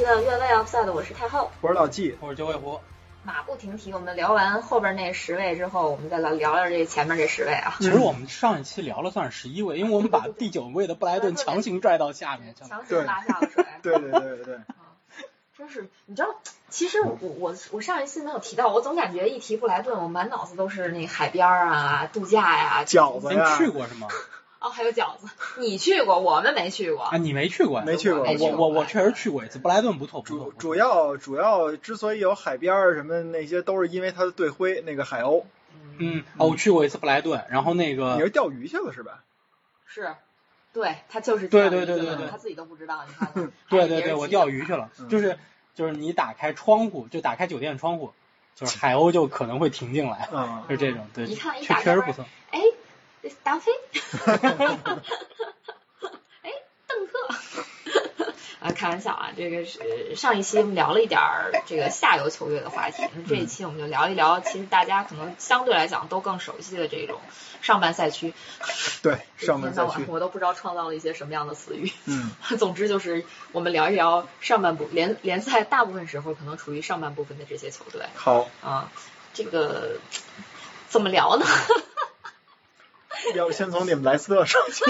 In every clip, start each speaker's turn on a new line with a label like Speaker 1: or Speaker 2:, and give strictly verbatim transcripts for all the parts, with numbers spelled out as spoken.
Speaker 1: 的越位 offside， 我是太后，
Speaker 2: 我是老纪，
Speaker 3: 我是九尾狐。
Speaker 1: 马不停蹄，我们聊完后边那十位之后，我们再来聊聊这前面这十位啊。
Speaker 3: 其实我们上一期聊了算是十一位，因为我们把第九位的布莱顿强行拽到下面，
Speaker 1: 强行拉下了水。
Speaker 2: 对对对对对。
Speaker 1: 真是，你知道，其实我我我上一次没有提到，我总感觉一提布莱顿，我满脑子都是那海边啊、度假呀、
Speaker 2: 饺子呀。
Speaker 3: 你去过是吗？
Speaker 1: 哦，还有饺子，你去过，我们没去过
Speaker 3: 啊，你没去过？
Speaker 2: 没去过，
Speaker 3: 我我我确实去过一次，布莱顿不错不错。
Speaker 2: 主主要主要之所以有海边什么那些，都是因为它的队徽那个海鸥。
Speaker 3: 嗯，哦，我去过一次布莱顿，然后那个
Speaker 2: 你是钓鱼去了是吧？
Speaker 1: 是。对他就是
Speaker 3: 对对对对对，
Speaker 1: 他自己都不知道，你看。
Speaker 3: 对对对，我钓鱼去了，嗯、就是就是你打开窗户，就打开酒店窗户，就是海鸥就可能会停进来，
Speaker 2: 嗯，
Speaker 3: 就这种，对，
Speaker 1: 一看一
Speaker 3: 确确实不错。
Speaker 1: 哎，达菲，哎，邓特。啊，开玩笑啊，这个是上一期我们聊了一点儿这个下游球队的话题，这一期我们就聊一聊，其实大家可能相对来讲都更熟悉的这种上半赛区。
Speaker 2: 对，上半赛区，
Speaker 1: 我都不知道创造了一些什么样的词语。
Speaker 2: 嗯，
Speaker 1: 总之就是我们聊一聊上半部联联赛大部分时候可能处于上半部分的这些球队。
Speaker 2: 好
Speaker 1: 啊，这个怎么聊呢？
Speaker 2: 要不先从你们莱斯特说起。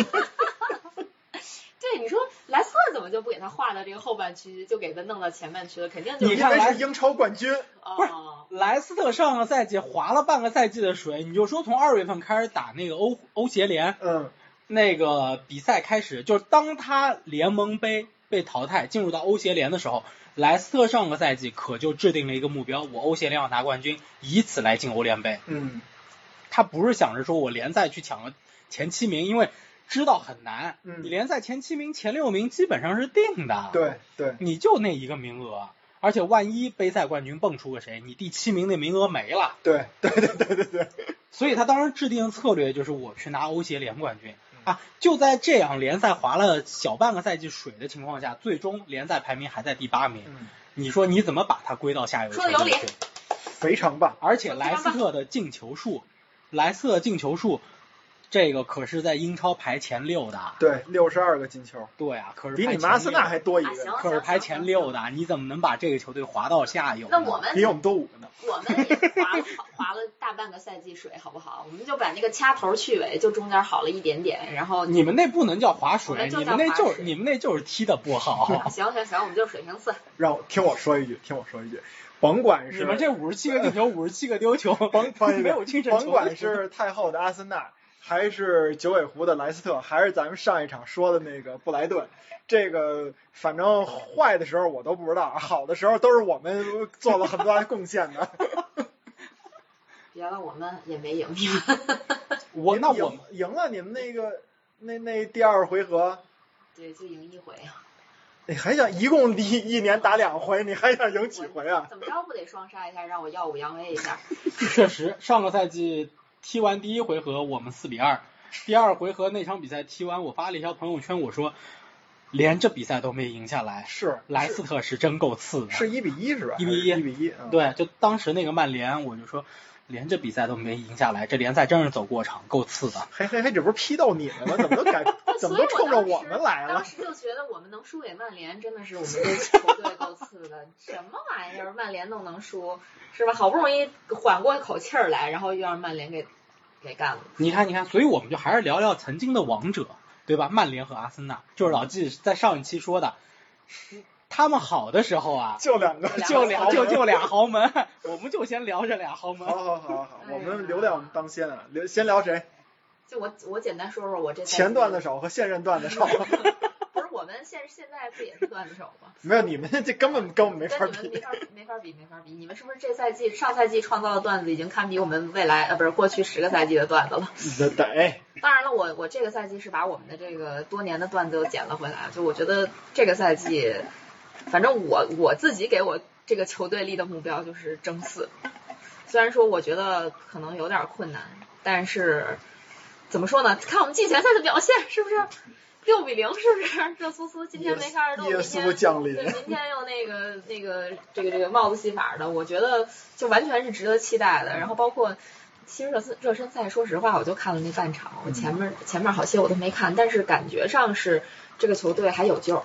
Speaker 1: 对，你说莱斯特怎么就不给他划到这个后半区，就给他弄到前半区了？肯定就是
Speaker 2: 你看来是英超冠军，
Speaker 3: 不是莱斯特上个赛季划了半个赛季的水，你就说从二月份开始打那个欧欧协联，
Speaker 2: 嗯，
Speaker 3: 那个比赛开始，就是当他联盟杯被淘汰进入到欧协联的时候，莱斯特上个赛季可就制定了一个目标，我欧协联要拿冠军，以此来进欧联杯。
Speaker 2: 嗯，
Speaker 3: 他不是想着说我联赛去抢个前七名，因为知道很难，
Speaker 2: 嗯，
Speaker 3: 你联赛前七名、前六名基本上是定的，
Speaker 2: 对对，
Speaker 3: 你就那一个名额，而且万一杯赛冠军蹦出个谁，你第七名那名额没了，
Speaker 2: 对对对对对对，
Speaker 3: 所以他当时制定的策略就是我去拿欧协联冠军啊！就在这样联赛划了小半个赛季水的情况下，最终联赛排名还在第八名，
Speaker 2: 嗯，
Speaker 3: 你说你怎么把它归到下游球队去？
Speaker 2: 非常棒，
Speaker 3: 而且莱斯特的进球数，莱斯特的进球数。这个可是在英超排前六的，
Speaker 2: 对，六十二个进球，
Speaker 3: 对啊，可是
Speaker 2: 比你们阿森纳还多一个，
Speaker 1: 啊、
Speaker 3: 可是排前六的，你怎么能把这个球队划到下游？
Speaker 1: 那我们
Speaker 2: 比我们多五个呢。
Speaker 1: 我们也划了划了大半个赛季水，好不好？我们就把那个掐头去尾，就中间好了一点点，然后
Speaker 3: 你们那不能叫划水，
Speaker 1: 你
Speaker 3: 们那就是你们那就是踢的不好。
Speaker 1: 行行行，我们就是水平四。
Speaker 2: 让我听我说一句，听我说一句。甭管是
Speaker 3: 你们这五十七个进球，五十七个丢球，
Speaker 2: 甭
Speaker 3: 没有精神球。
Speaker 2: 甭管是太后的阿森纳，还是九尾狐的莱斯特，还是咱们上一场说的那个布莱顿，这个反正坏的时候我都不知道，好的时候都是我们做了很多贡献的。
Speaker 1: 别了，我们也没赢你们。
Speaker 3: 我那我
Speaker 2: 们赢了你们那个那那第二回合，
Speaker 1: 对，就赢一回啊。
Speaker 2: 你还想一共一一年打两回，你还想赢几回啊？
Speaker 1: 怎么着不得双杀一下，让我耀武扬威一下？
Speaker 3: 确实，上个赛季踢完第一回合我们四比二，第二回合那场比赛踢完，我发了一条朋友圈，我说连这比赛都没赢下来，
Speaker 2: 是
Speaker 3: 莱斯特是真够次的，
Speaker 2: 是一比一是吧？
Speaker 3: 一比一，
Speaker 2: 一比一，
Speaker 3: 嗯、对，就当时那个曼联，我就说。连这比赛都没赢下来，这联赛真是走过场，够次的。
Speaker 2: 还还还，这不是批斗你们吗？怎么都改，怎么都冲着我们来了？
Speaker 1: 当时就觉得我们能输给曼联，真的是我们这球队够次的。什么玩意儿，曼联都能输，是吧？好不容易缓过一口气儿来，然后又让曼联给给干了。
Speaker 3: 你看，你看，所以我们就还是聊聊曾经的王者，对吧？曼联和阿森纳，就是老纪在上一期说的。他们好的时候啊，
Speaker 2: 就两个，
Speaker 3: 就俩，就就俩豪门，我们就先聊这俩豪门。
Speaker 2: 好好好好，我们留两当先啊，留先聊谁？
Speaker 1: 就我我简单说说我这
Speaker 2: 前段子手和现任段子手。
Speaker 1: 不是我们现现在不也是段子手吗？
Speaker 2: 没有，你们这根本跟我们没法比，
Speaker 1: 没法没法比，没法比。你们是不是这赛季上赛季创造的段子已经堪比我们未来呃不是过去十个赛季的段子了？
Speaker 2: 对。
Speaker 1: 当然了，我我这个赛季是把我们的这个多年的段子又捡了回来，就我觉得这个赛季。反正我我自己给我这个球队立的目标就是争四，虽然说我觉得可能有点困难，但是怎么说呢？看我们季前赛的表现，是不是六比零？是不是热苏苏今天没开始斗，
Speaker 2: 耶稣降临，
Speaker 1: 对，明天又那个那个这个这个帽子戏法的，我觉得就完全是值得期待的。然后包括其实热身热身赛，说实话我就看了那半场，我前面前面好些我都没看，但是感觉上是这个球队还有救。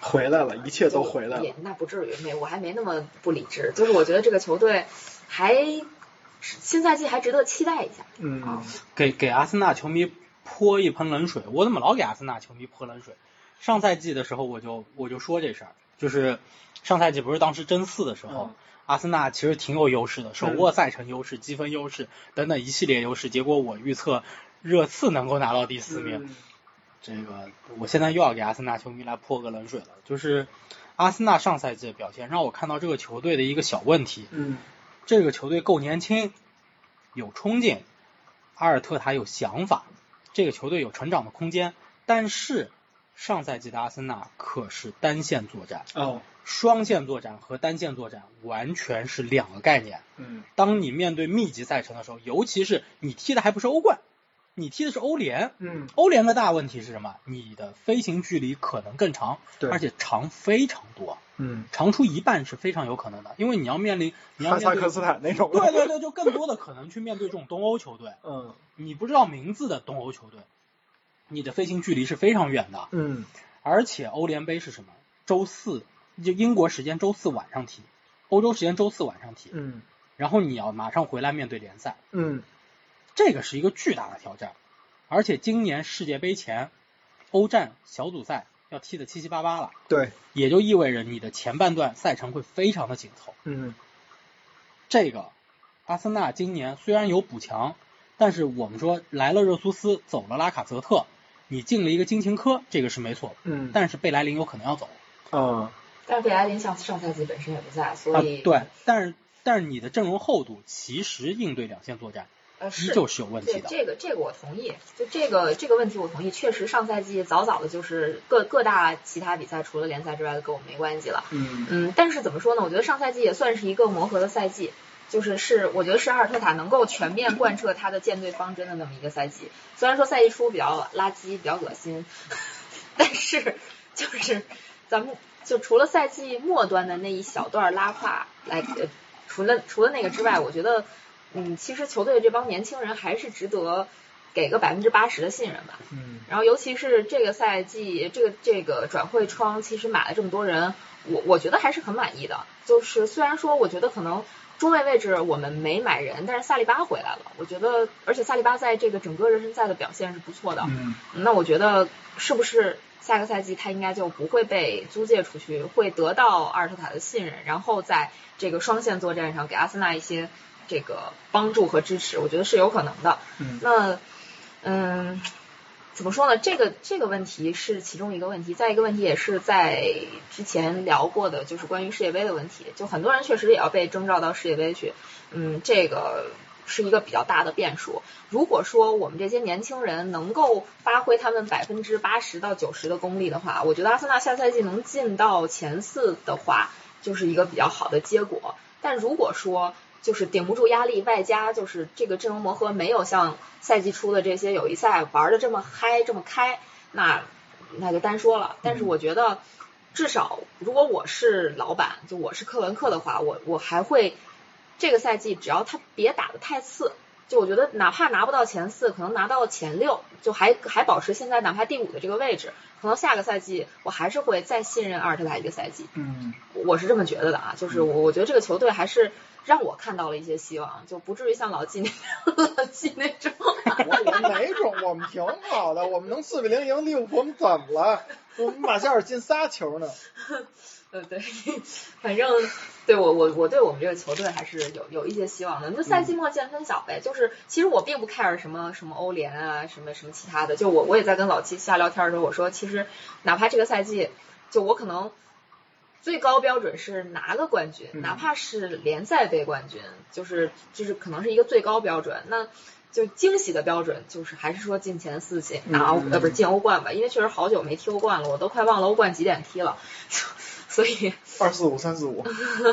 Speaker 2: 回来了，一切都回来了。
Speaker 1: 也那不至于，没我还没那么不理智，就是我觉得这个球队还新赛季还值得期待一下。
Speaker 2: 嗯，
Speaker 1: 啊、
Speaker 3: 给给阿森纳球迷泼一盆冷水，我怎么老给阿森纳球迷泼冷水？上赛季的时候我就我就说这事儿，就是上赛季不是当时争四的时候，嗯、阿森纳其实挺有优势的，手握赛程优势、积分优势等等一系列优势，结果我预测热刺能够拿到第四名。嗯，这个我现在又要给阿森纳球迷来泼个冷水了，就是阿森纳上赛季的表现让我看到这个球队的一个小问题。
Speaker 2: 嗯，
Speaker 3: 这个球队够年轻，有冲劲，阿尔特塔有想法，这个球队有成长的空间，但是上赛季的阿森纳可是单线作战
Speaker 2: 哦，
Speaker 3: 双线作战和单线作战完全是两个概念。
Speaker 2: 嗯，
Speaker 3: 当你面对密集赛程的时候，尤其是你踢的还不是欧冠，你踢的是欧联，
Speaker 2: 嗯，
Speaker 3: 欧联的大问题是什么？你的飞行距离可能更长，
Speaker 2: 对，
Speaker 3: 而且长非常多，
Speaker 2: 嗯，
Speaker 3: 长出一半是非常有可能的，因为你要面临你要面对
Speaker 2: 哈萨克斯坦那种，
Speaker 3: 对对对，就更多的可能去面对这种东欧球队，
Speaker 2: 嗯，
Speaker 3: 你不知道名字的东欧球队，你的飞行距离是非常远的，
Speaker 2: 嗯，
Speaker 3: 而且欧联杯是什么？周四就英国时间周四晚上踢，欧洲时间周四晚上踢，
Speaker 2: 嗯，
Speaker 3: 然后你要马上回来面对联赛，
Speaker 2: 嗯。
Speaker 3: 这个是一个巨大的挑战，而且今年世界杯前，欧战小组赛要踢得七七八八了，
Speaker 2: 对，
Speaker 3: 也就意味着你的前半段赛程会非常的紧凑。
Speaker 2: 嗯，
Speaker 3: 这个阿森纳今年虽然有补强，但是我们说来了热苏斯，走了拉卡泽特，你进了一个金琴科，这个是没错，
Speaker 2: 嗯，
Speaker 3: 但是贝莱林有可能要走，
Speaker 2: 嗯，
Speaker 1: 但是贝莱林上上赛季本身也不在，所以、
Speaker 3: 啊、对，但是但是你的阵容厚度其实应对两线作战。
Speaker 1: 呃，
Speaker 3: 依旧是有问题的。
Speaker 1: 这个这个我同意，就这个这个问题我同意。确实上赛季早早的就是各各大其他比赛除了联赛之外的跟我们没关系了。
Speaker 2: 嗯
Speaker 1: 嗯，但是怎么说呢？我觉得上赛季也算是一个磨合的赛季，就是是我觉得是阿尔特塔能够全面贯彻他的舰队方针的那么一个赛季。虽然说赛季初比较垃圾，比较恶心，但是就是咱们就除了赛季末端的那一小段拉胯来，呃，除了除了那个之外，我觉得。嗯，其实球队这帮年轻人还是值得给个百分之八十的信任吧。
Speaker 2: 嗯，
Speaker 1: 然后尤其是这个赛季，这个这个转会窗，其实买了这么多人，我我觉得还是很满意的。就是虽然说我觉得可能中卫位置我们没买人，但是萨利巴回来了，我觉得，而且萨利巴在这个整个热身赛的表现是不错的。
Speaker 2: 嗯，
Speaker 1: 那我觉得是不是下个赛季他应该就不会被租借出去，会得到阿尔特塔的信任，然后在这个双线作战上给阿森纳一些。这个帮助和支持，我觉得是有可能的。
Speaker 2: 嗯，
Speaker 1: 那嗯，怎么说呢？这个这个问题是其中一个问题，再一个问题也是在之前聊过的，就是关于世界杯的问题。就很多人确实也要被征召到世界杯去，嗯，这个是一个比较大的变数。如果说我们这些年轻人能够发挥他们百分之八十到九十的功力的话，我觉得阿森纳下赛季能进到前四的话，就是一个比较好的结果。但如果说就是顶不住压力，外加就是这个阵容磨合没有像赛季初的这些友谊赛玩的这么嗨这么开，那那就单说了。但是我觉得至少如果我是老板，就我是克伦克的话，我我还会这个赛季只要他别打得太次，就我觉得哪怕拿不到前四，可能拿到前六，就还还保持现在哪怕第五的这个位置，可能下个赛季我还是会再信任阿尔特塔一个赛季。
Speaker 2: 嗯，
Speaker 1: 我是这么觉得的啊，就是我我觉得这个球队还是。让我看到了一些希望，就不至于像老季那老季那种。
Speaker 2: 我我哪种？我们挺好的，我们能四比零赢利物浦，我们怎么了？我们马夏尔进仨球呢。
Speaker 1: 呃对，反正对我我我对我们这个球队还是有有一些希望的。那赛季末见分晓呗，就是其实我并不 care 什么什么欧联啊，什么什么其他的。就我我也在跟老季瞎聊天的时候，我说其实哪怕这个赛季，就我可能。最高标准是拿个冠军，哪怕是联赛杯冠军，就是就是可能是一个最高标准。那就惊喜的标准就是还是说进前四进拿欧、嗯、呃不是进欧冠吧，因为确实好久没踢欧冠了，我都快忘了欧冠几点踢了，所以
Speaker 2: 二四五三四五，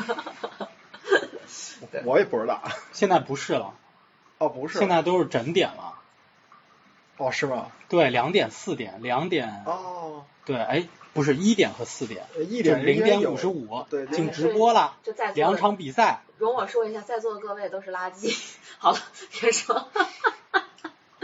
Speaker 2: 我也不知道，
Speaker 3: 现在不是了，
Speaker 2: 哦不是，
Speaker 3: 现在都是整点了。
Speaker 2: 哦是吗？
Speaker 3: 对，两点四点，两点
Speaker 2: 哦，
Speaker 3: 对，哎。不是一点和四点，
Speaker 2: 一点
Speaker 3: 零点五十五，
Speaker 2: 对，
Speaker 3: 进直播了，两场比赛。
Speaker 1: 容我说一下，在座的各位都是垃圾。好了，别说，都没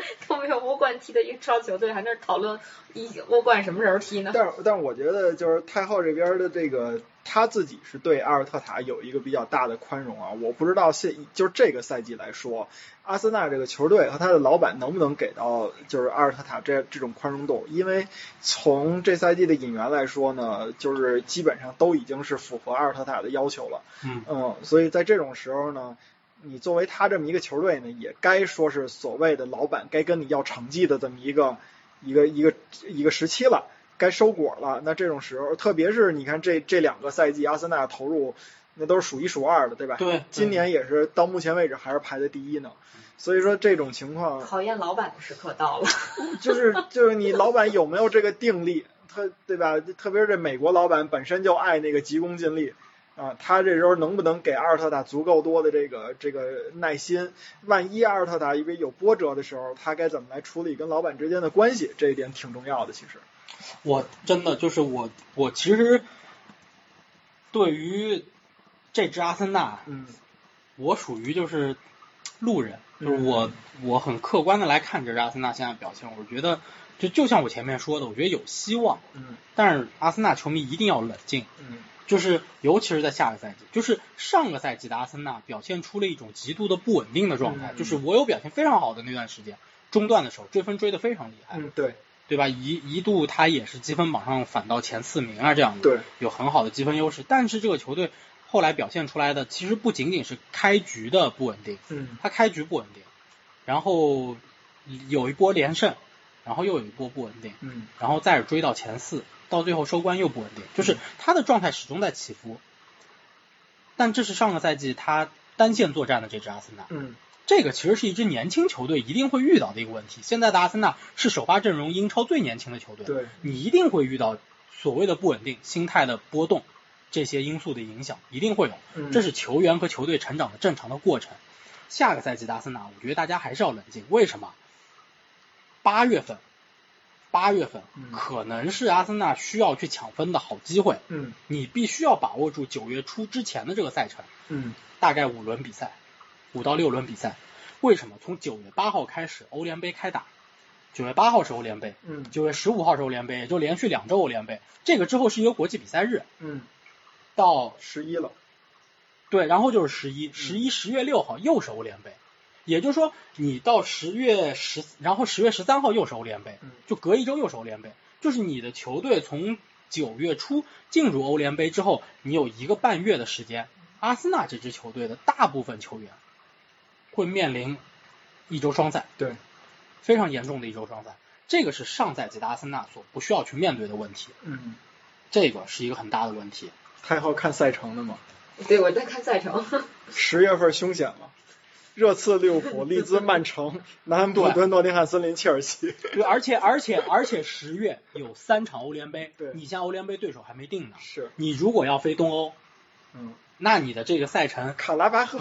Speaker 1: 没有欧冠踢的英超球队，还在那讨论一欧冠什么时候踢呢？
Speaker 2: 但是但是我觉得就是太后这边的这个他自己是对阿尔特塔有一个比较大的宽容啊，我不知道现就是这个赛季来说，阿森纳这个球队和他的老板能不能给到就是阿尔特塔这这种宽容度，因为从这赛季的引援来说呢，就是基本上都已经是符合阿尔特塔的要求了，
Speaker 3: 嗯
Speaker 2: 嗯，所以在这种时候呢。你作为他这么一个球队呢，也该说是所谓的老板该跟你要成绩的这么一个一个一个一个时期了，该收果了。那这种时候，特别是你看这这两个赛季，阿森纳投入那都是数一数二的，对吧？
Speaker 3: 对。
Speaker 2: 今年也是到目前为止还是排在第一呢。所以说这种情况，
Speaker 1: 考验老板的时刻到了。
Speaker 2: 就是就是你老板有没有这个定力，他对吧？特别是这美国老板本身就爱那个急功近利。啊，他这时候能不能给阿尔特塔足够多的这个这个耐心？万一阿尔特塔因为有波折的时候，他该怎么来处理跟老板之间的关系？这一点挺重要的。其实，
Speaker 3: 我真的就是我，我其实对于这支阿森纳，
Speaker 2: 嗯，
Speaker 3: 我属于就是路人，就是我、嗯、我很客观的来看这支阿森纳现在表现，我觉得就就像我前面说的，我觉得有希望，
Speaker 2: 嗯，
Speaker 3: 但是阿森纳球迷一定要冷静，
Speaker 2: 嗯。
Speaker 3: 就是尤其是在下个赛季，就是上个赛季的阿森纳表现出了一种极度的不稳定的状态，
Speaker 2: 嗯、
Speaker 3: 就是我有表现非常好的那段时间，中段的时候追分追得非常厉害，
Speaker 2: 嗯，对，
Speaker 3: 对吧？一一度他也是积分榜上反到前四名啊，这样的，
Speaker 2: 对，
Speaker 3: 有很好的积分优势。但是这个球队后来表现出来的，其实不仅仅是开局的不稳定，
Speaker 2: 嗯，
Speaker 3: 他开局不稳定，然后有一波连胜，然后又有一波不稳定，
Speaker 2: 嗯，
Speaker 3: 然后再追到前四。到最后收官又不稳定，就是他的状态始终在起伏。但这是上个赛季他单线作战的这支阿森纳，
Speaker 2: 嗯，
Speaker 3: 这个其实是一支年轻球队一定会遇到的一个问题。现在的阿森纳是首发阵容英超最年轻的球队，
Speaker 2: 对，
Speaker 3: 你一定会遇到所谓的不稳定、心态的波动这些因素的影响，一定会有，
Speaker 2: 嗯、
Speaker 3: 这是球员和球队成长的正常的过程。下个赛季的阿森纳，我觉得大家还是要冷静。为什么？八月份。八月份可能是阿森纳需要去抢分的好机会，
Speaker 2: 嗯，
Speaker 3: 你必须要把握住九月初之前的这个赛程，
Speaker 2: 嗯，
Speaker 3: 大概五轮比赛，五到六轮比赛。为什么？从九月八号开始，欧联杯开打，九月八号是欧联杯，
Speaker 2: 嗯，
Speaker 3: 九月十五号是欧联杯，也就连续两周欧联杯。这个之后是一个国际比赛日，
Speaker 2: 嗯，
Speaker 3: 到
Speaker 2: 十一了，
Speaker 3: 对，然后就是十一，十一十月六号又是欧联杯。也就是说，你到十月十，然后十月十三号又是欧联杯，就隔一周又是欧联杯。就是你的球队从九月初进入欧联杯之后，你有一个半月的时间，阿森纳这支球队的大部分球员会面临一周双赛，
Speaker 2: 对，
Speaker 3: 非常严重的一周双赛。这个是上赛季的阿森纳所不需要去面对的问题，
Speaker 2: 嗯，
Speaker 3: 这个是一个很大的问题。
Speaker 2: 太后看赛程的吗？
Speaker 1: 对，我在看赛程。
Speaker 2: 十月份凶险了。热刺、利物浦、利兹、曼城、南安普敦、诺丁汉森林、切尔西。
Speaker 3: 对，而且而且而且十月有三场欧联杯，
Speaker 2: 对，
Speaker 3: 你像欧联杯对手还没定呢。
Speaker 2: 是。
Speaker 3: 你如果要飞东欧，
Speaker 2: 嗯，
Speaker 3: 那你的这个赛程，
Speaker 2: 卡拉巴赫，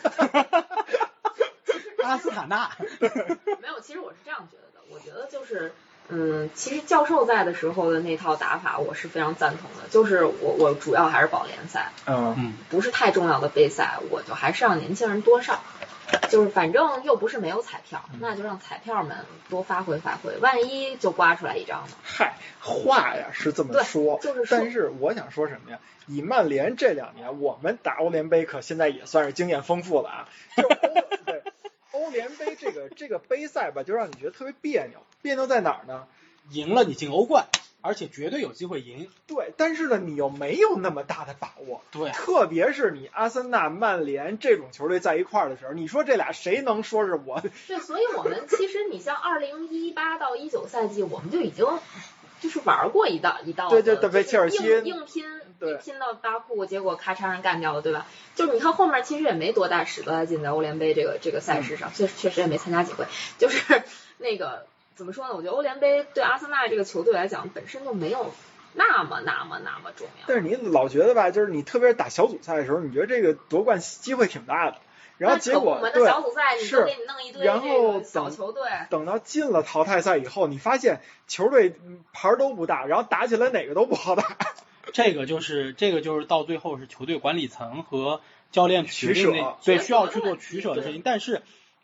Speaker 3: 阿斯塔纳。
Speaker 1: 没有，其实我是这样觉得的，我觉得就是。嗯，其实教授在的时候的那套打法我是非常赞同的，就是我我主要还是保联赛，
Speaker 2: 嗯，
Speaker 1: 不是太重要的杯赛，我就还是让年轻人多上，就是反正又不是没有彩票，那就让彩票们多发挥发挥，万一就刮出来一张呢？
Speaker 2: 嗨，话呀是这么说，
Speaker 1: 就是说，
Speaker 2: 但是我想说什么呀？以曼联这两年我们打欧联杯可现在也算是经验丰富了啊，就欧对。欧联杯这个这个杯赛吧，就让你觉得特别别扭。别扭在哪儿呢？
Speaker 3: 赢了你进欧冠，而且绝对有机会赢。
Speaker 2: 对，但是呢，你又没有那么大的把握。
Speaker 3: 对，
Speaker 2: 特别是你阿森纳、曼联这种球队在一块儿的时候，你说这俩谁能说是我？
Speaker 1: 对，所以我们其实你像二零一八到一九赛季，我们就已经就是玩过一道一道，
Speaker 2: 对对对，被切尔西
Speaker 1: 硬硬拼。拼到巴库，结果咔嚓人干掉了，对吧？就是你看后面其实也没多大使多大劲在欧联杯这个这个赛事上，确确实也没参加几回。就是那个怎么说呢？我觉得欧联杯对阿森纳这个球队来讲本身就没有那么那么那么重要。
Speaker 2: 但是你老觉得吧，就是你特别是打小组赛的时候，你觉得这个夺冠机会挺大的。然后结果
Speaker 1: 对，小组赛你都给你弄一堆
Speaker 2: 然后
Speaker 1: 小球队，
Speaker 2: 等到进了淘汰赛以后，你发现球队牌都不大，然后打起来哪个都不好打。
Speaker 3: 这个就是这个就是到最后是球队管理层和教练
Speaker 2: 取舍，
Speaker 3: 对需要去做取舍的事情。但是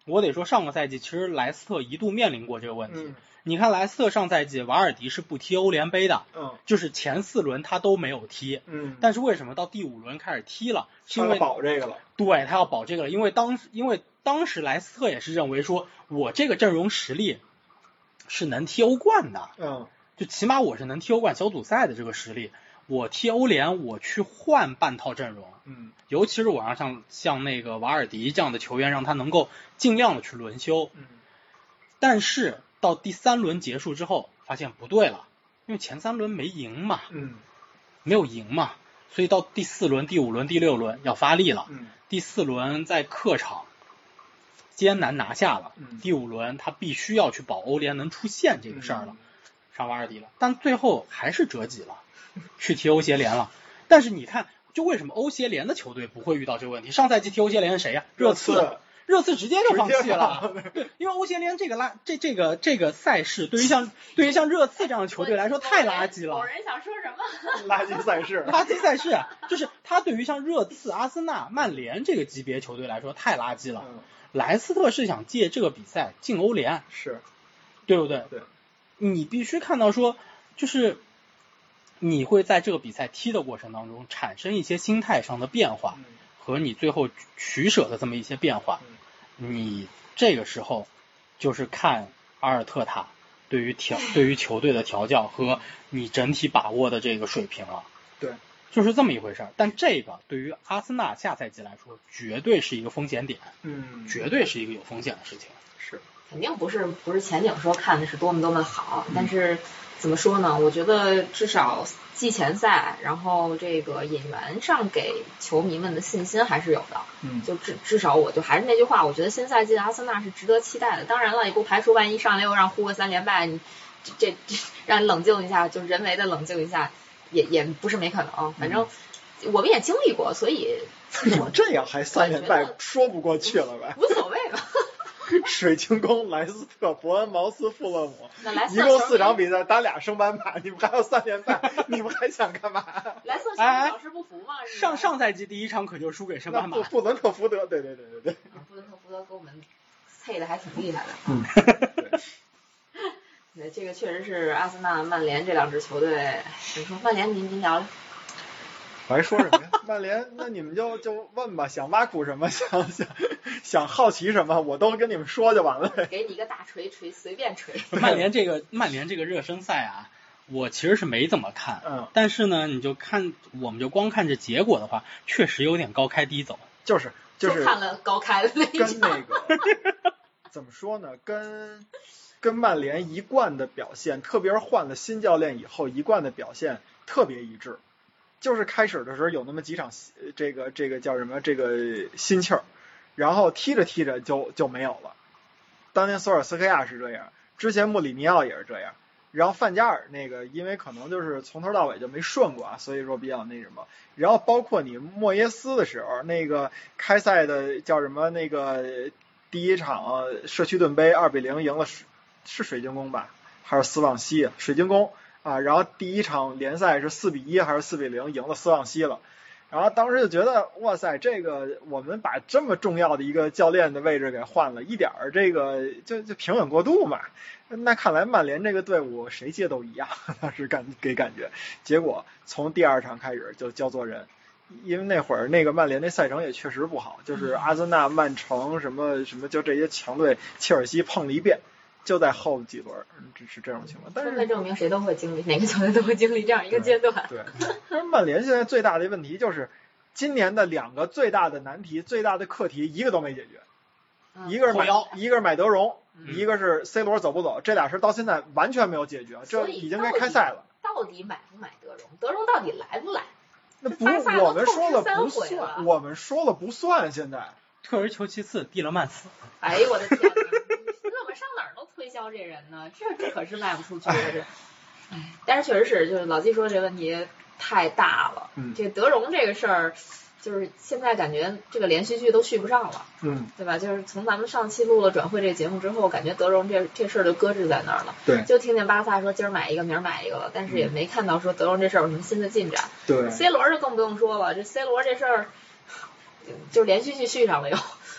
Speaker 3: 我得说上个赛季其实莱斯特一度面临过这个问题。
Speaker 2: 嗯
Speaker 3: 你看莱斯特上赛季瓦尔迪是不踢欧联杯的，
Speaker 2: 嗯，
Speaker 3: 就是前四轮他都没有踢，
Speaker 2: 嗯，
Speaker 3: 但是为什么到第五轮开始踢了？是因为
Speaker 2: 保这个了，
Speaker 3: 对他要保这个了，因为当因为当时莱斯特也是认为说我这个阵容实力是能踢欧冠的，
Speaker 2: 嗯，
Speaker 3: 就起码我是能踢欧冠小组赛的这个实力，我踢欧联我去换半套阵容，
Speaker 2: 嗯，
Speaker 3: 尤其是我让像像那个瓦尔迪这样的球员，让他能够尽量的去轮休，
Speaker 2: 嗯，
Speaker 3: 但是到第三轮结束之后，发现不对了，因为前三轮没赢嘛，
Speaker 2: 嗯，
Speaker 3: 没有赢嘛，所以到第四轮、第五轮、第六轮要发力了。
Speaker 2: 嗯，
Speaker 3: 第四轮在客场艰难拿下了，
Speaker 2: 嗯，
Speaker 3: 第五轮他必须要去保欧联能出线这个事儿了，上瓦尔迪了，但最后还是折戟了，去踢欧协联了。但是你看，就为什么欧协联的球队不会遇到这个问题？上赛季踢欧协联是谁呀、啊？热刺。热刺直接就放弃了，对，因为欧协联这个拉这这个这个赛事，对于像对于像热刺这样的球队来说太垃圾了。
Speaker 1: 有人想说什么？
Speaker 2: 垃圾赛事，
Speaker 3: 垃圾赛事，就是他对于像热刺、阿森纳、曼联这个级别球队来说太垃圾了。
Speaker 2: 嗯、
Speaker 3: 莱斯特是想借这个比赛进欧联，
Speaker 2: 是，
Speaker 3: 对不对？
Speaker 2: 对，
Speaker 3: 你必须看到说，就是你会在这个比赛踢的过程当中产生一些心态上的变化。
Speaker 2: 嗯
Speaker 3: 和你最后取舍的这么一些变化，你这个时候就是看阿尔特塔对于调对于球队的调教和你整体把握的这个水平了。
Speaker 2: 对，
Speaker 3: 就是这么一回事儿。但这个对于阿森纳下赛季来说，绝对是一个风险点，
Speaker 2: 嗯，
Speaker 3: 绝对是一个有风险的事情。
Speaker 2: 是，
Speaker 1: 肯定不是不是前景说看的是多么多么好，但是怎么说呢？我觉得至少季前赛，然后这个引援上给球迷们的信心还是有的。
Speaker 2: 嗯，
Speaker 1: 就至至少我就还是那句话，我觉得新赛季的阿森纳是值得期待的。当然了，也不排除万一上来又让呼个三连败，你这这这让你冷静一下，就人为的冷静一下，也也不是没可能。反正我们也经历过，所以
Speaker 2: 我这样还三连败说不过去了呗？
Speaker 1: 无所谓吧。
Speaker 2: 水晶宫、莱斯特、伯恩茅斯、富勒姆，
Speaker 1: 一
Speaker 2: 共四场比赛打俩升班马，你们还有三连败，你们还想干嘛？
Speaker 1: 莱斯特球迷表示不服嘛？
Speaker 3: 哎、上上赛季第一场可就输给升班马，
Speaker 2: 布伦特福德，对对对对对。
Speaker 1: 布伦特福德给我们配的还挺厉害的。
Speaker 2: 嗯，
Speaker 1: 对，这个确实是阿森纳、曼联这两支球队。你说曼联，您您聊聊。
Speaker 2: 我还说什么呀？曼联，那你们就就问吧，想挖苦什么，想想想好奇什么，我都跟你们说就完了。
Speaker 1: 给你一个大锤锤，随便锤。
Speaker 3: 曼联这个曼联这个热身赛啊，我其实是没怎么看，
Speaker 2: 嗯，
Speaker 3: 但是呢，你就看我们就光看这结果的话，确实有点高开低走。
Speaker 2: 就是就是
Speaker 1: 就看了高开的那一
Speaker 2: 跟那个怎么说呢？跟跟曼联一贯的表现，特别是换了新教练以后，一贯的表现特别一致。就是开始的时候有那么几场，这个这个叫什么？这个心气儿，然后踢着踢着就就没有了。当年索尔斯克亚是这样，之前穆里尼奥也是这样。然后范加尔那个，因为可能就是从头到尾就没顺过啊，所以说比较那什么。然后包括你莫耶斯的时候，那个开赛的叫什么？那个第一场社区盾杯二比零赢了，是水晶宫吧？还是斯旺西？水晶宫。啊，然后第一场联赛是四比一还是四比零赢了斯旺西了，然后当时就觉得哇塞，这个我们把这么重要的一个教练的位置给换了，一点儿这个就就平稳过渡嘛。那看来曼联这个队伍谁接都一样，当时感给感觉。结果从第二场开始就教做人，因为那会儿那个曼联那赛程也确实不好，就是阿森纳、曼城什么什么就这些强队，切尔西碰了一遍。就在后几轮，只是这种情况。但是
Speaker 1: 证明谁都会经历，哪个球队都会经历这样一个阶段。
Speaker 2: 对，但是曼联现在最大的问题就是，今年的两个最大的难题、最大的课题，一个都没解决。
Speaker 1: 嗯、
Speaker 2: 一个是买，一个是买德容，
Speaker 3: 嗯、
Speaker 2: 一个是 C 罗走不走，这俩事到现在完全没有解决，这已经该开赛了。
Speaker 1: 到底买不买德容？德容到底来不来？
Speaker 2: 那不，我们说了不算，我们说了不算。现在
Speaker 3: 特尔求其次，蒂勒曼斯。
Speaker 1: 哎呦我的天哪！我们上哪儿都推销这人呢？这这可是卖不出去的这。哎，但是确实是，就是老季说这问题太大了。
Speaker 2: 嗯。
Speaker 1: 这德容这个事儿，就是现在感觉这个连续剧都续不上了。
Speaker 2: 嗯。
Speaker 1: 对吧？就是从咱们上期录了转会这个节目之后，感觉德容这这事儿就搁置在那儿了。
Speaker 2: 对。
Speaker 1: 就听见巴萨说今儿买一个，明儿买一个了，但是也没看到说德容这事儿有什么新的进展。
Speaker 2: 对。
Speaker 1: C 罗就更不用说了，这 C 罗这事儿就连续剧续上了又。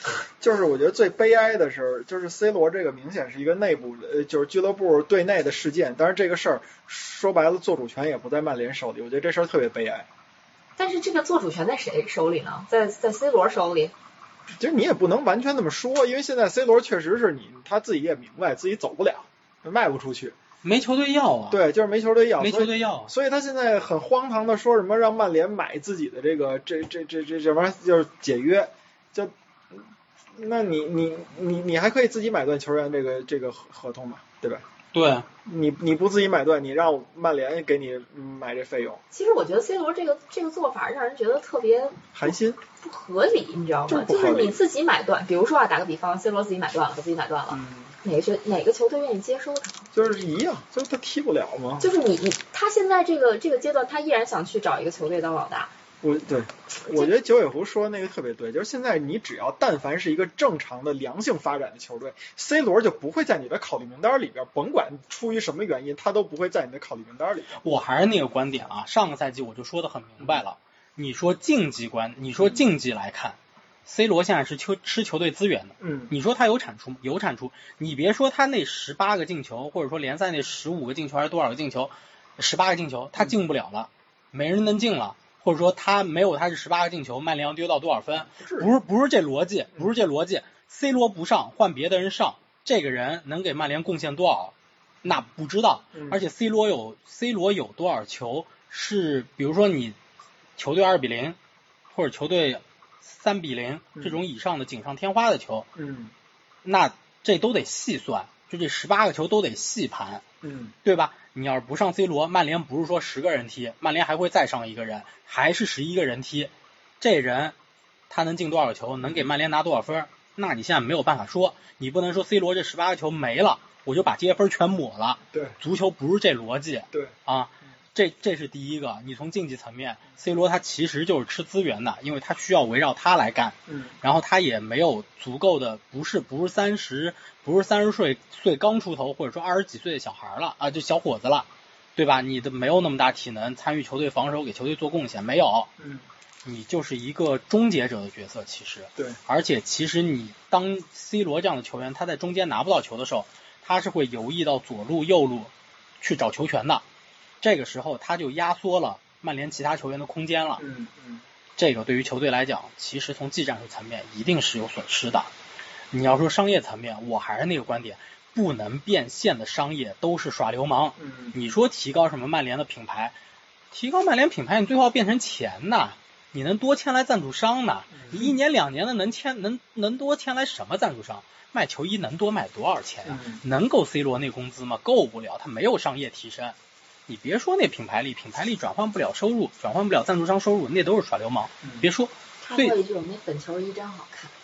Speaker 2: 就是我觉得最悲哀的是，就是 C 罗这个明显是一个内部呃，就是俱乐部对内的事件，但是这个事儿说白了做主权也不在曼联手里，我觉得这事儿特别悲哀。
Speaker 1: 但是这个做主权在谁手里呢？在在 C 罗手里。
Speaker 2: 其实你也不能完全这么说，因为现在 C 罗确实是你他自己也明白自己走不了，卖不出去，
Speaker 3: 没球队要啊。
Speaker 2: 对，就是没球队要，
Speaker 3: 没球队要、啊，
Speaker 2: 所以他现在很荒唐的说什么让曼联买自己的这个这这这这这玩意儿就是解约，就那你你你你还可以自己买断球员这个这个合同嘛，对吧？
Speaker 3: 对，
Speaker 2: 你你不自己买断，你让曼联给你买这费用。
Speaker 1: 其实我觉得 C 罗这个这个做法让人觉得特别
Speaker 2: 寒心，
Speaker 1: 不合理，你知道吗？
Speaker 2: 就
Speaker 1: 是, 就是你自己买断，比如说啊，打个比方 ，C 罗自己买断了，他自己买断了，
Speaker 2: 嗯，
Speaker 1: 哪个球哪个球队愿意接收他？
Speaker 2: 就是一样，就是他踢不了嘛。
Speaker 1: 就是你你他现在这个这个阶段，他依然想去找一个球队当老大。
Speaker 2: 我对，我觉得九尾狐说的那个特别对，就是现在你只要但凡是一个正常的良性发展的球队 ，C 罗就不会在你的考虑名单里边，甭管出于什么原因，他都不会在你的考虑名单里边。
Speaker 3: 我还是那个观点啊，上个赛季我就说的很明白了，你说竞技观，你说竞技来看、嗯、，C 罗现在是球吃球队资源的，
Speaker 2: 嗯，
Speaker 3: 你说他有产出吗？有产出，你别说他那十八个进球，或者说联赛那十五个进球还是多少个进球，十八个进球他进不了了，嗯、没人能进了。或者说他没有他是十八个进球，曼联要丢到多少分？不是不是这逻辑，不是这逻辑。C 罗不上，换别的人上，这个人能给曼联贡献多少？那不知道。而且 C 罗有 C 罗有多少球是，比如说你球队二比零，或者球队三比零这种以上的锦上添花的球，
Speaker 2: 嗯，
Speaker 3: 那这都得细算，就这十八个球都得细盘，
Speaker 2: 嗯，
Speaker 3: 对吧？你要是不上 C 罗，曼联不是说十个人踢，曼联还会再上一个人，还是十一个人踢，这人他能进多少球，能给曼联拿多少分？那你现在没有办法说，你不能说 C 罗这十八个球没了，我就把这些分全抹了。
Speaker 2: 对，
Speaker 3: 足球不是这逻辑。
Speaker 2: 对
Speaker 3: 啊，这这是第一个。你从竞技层面 ，C 罗他其实就是吃资源的，因为他需要围绕他来干。
Speaker 2: 嗯，
Speaker 3: 然后他也没有足够的，不是不是三十。不是三十岁岁刚出头，或者说二十几岁的小孩了啊，就小伙子了，对吧？你的没有那么大体能参与球队防守，给球队做贡献，没有。
Speaker 2: 嗯，
Speaker 3: 你就是一个终结者的角色，其实。
Speaker 2: 对。
Speaker 3: 而且其实你当 C 罗这样的球员，他在中间拿不到球的时候，他是会游弋到左路、右路去找球权的。这个时候他就压缩了曼联其他球员的空间了。
Speaker 2: 嗯嗯。
Speaker 3: 这个对于球队来讲，其实从技战术层面一定是有损失的。你要说商业层面，我还是那个观点，不能变现的商业都是耍流氓。
Speaker 2: 嗯，
Speaker 3: 你说提高什么曼联的品牌，提高曼联品牌，你最后要变成钱呐，你能多签来赞助商呢？你一年两年的能签能能多签来什么赞助商？卖球衣能多卖多少钱呀、啊
Speaker 2: 嗯？
Speaker 3: 能够 C 罗那工资吗？够不了，他没有商业提升。你别说那品牌力，品牌力转换不了收入，转换不了赞助商收入，那都是耍流氓。
Speaker 2: 嗯、
Speaker 3: 别说。
Speaker 1: 插播一句，我那本球衣真好看。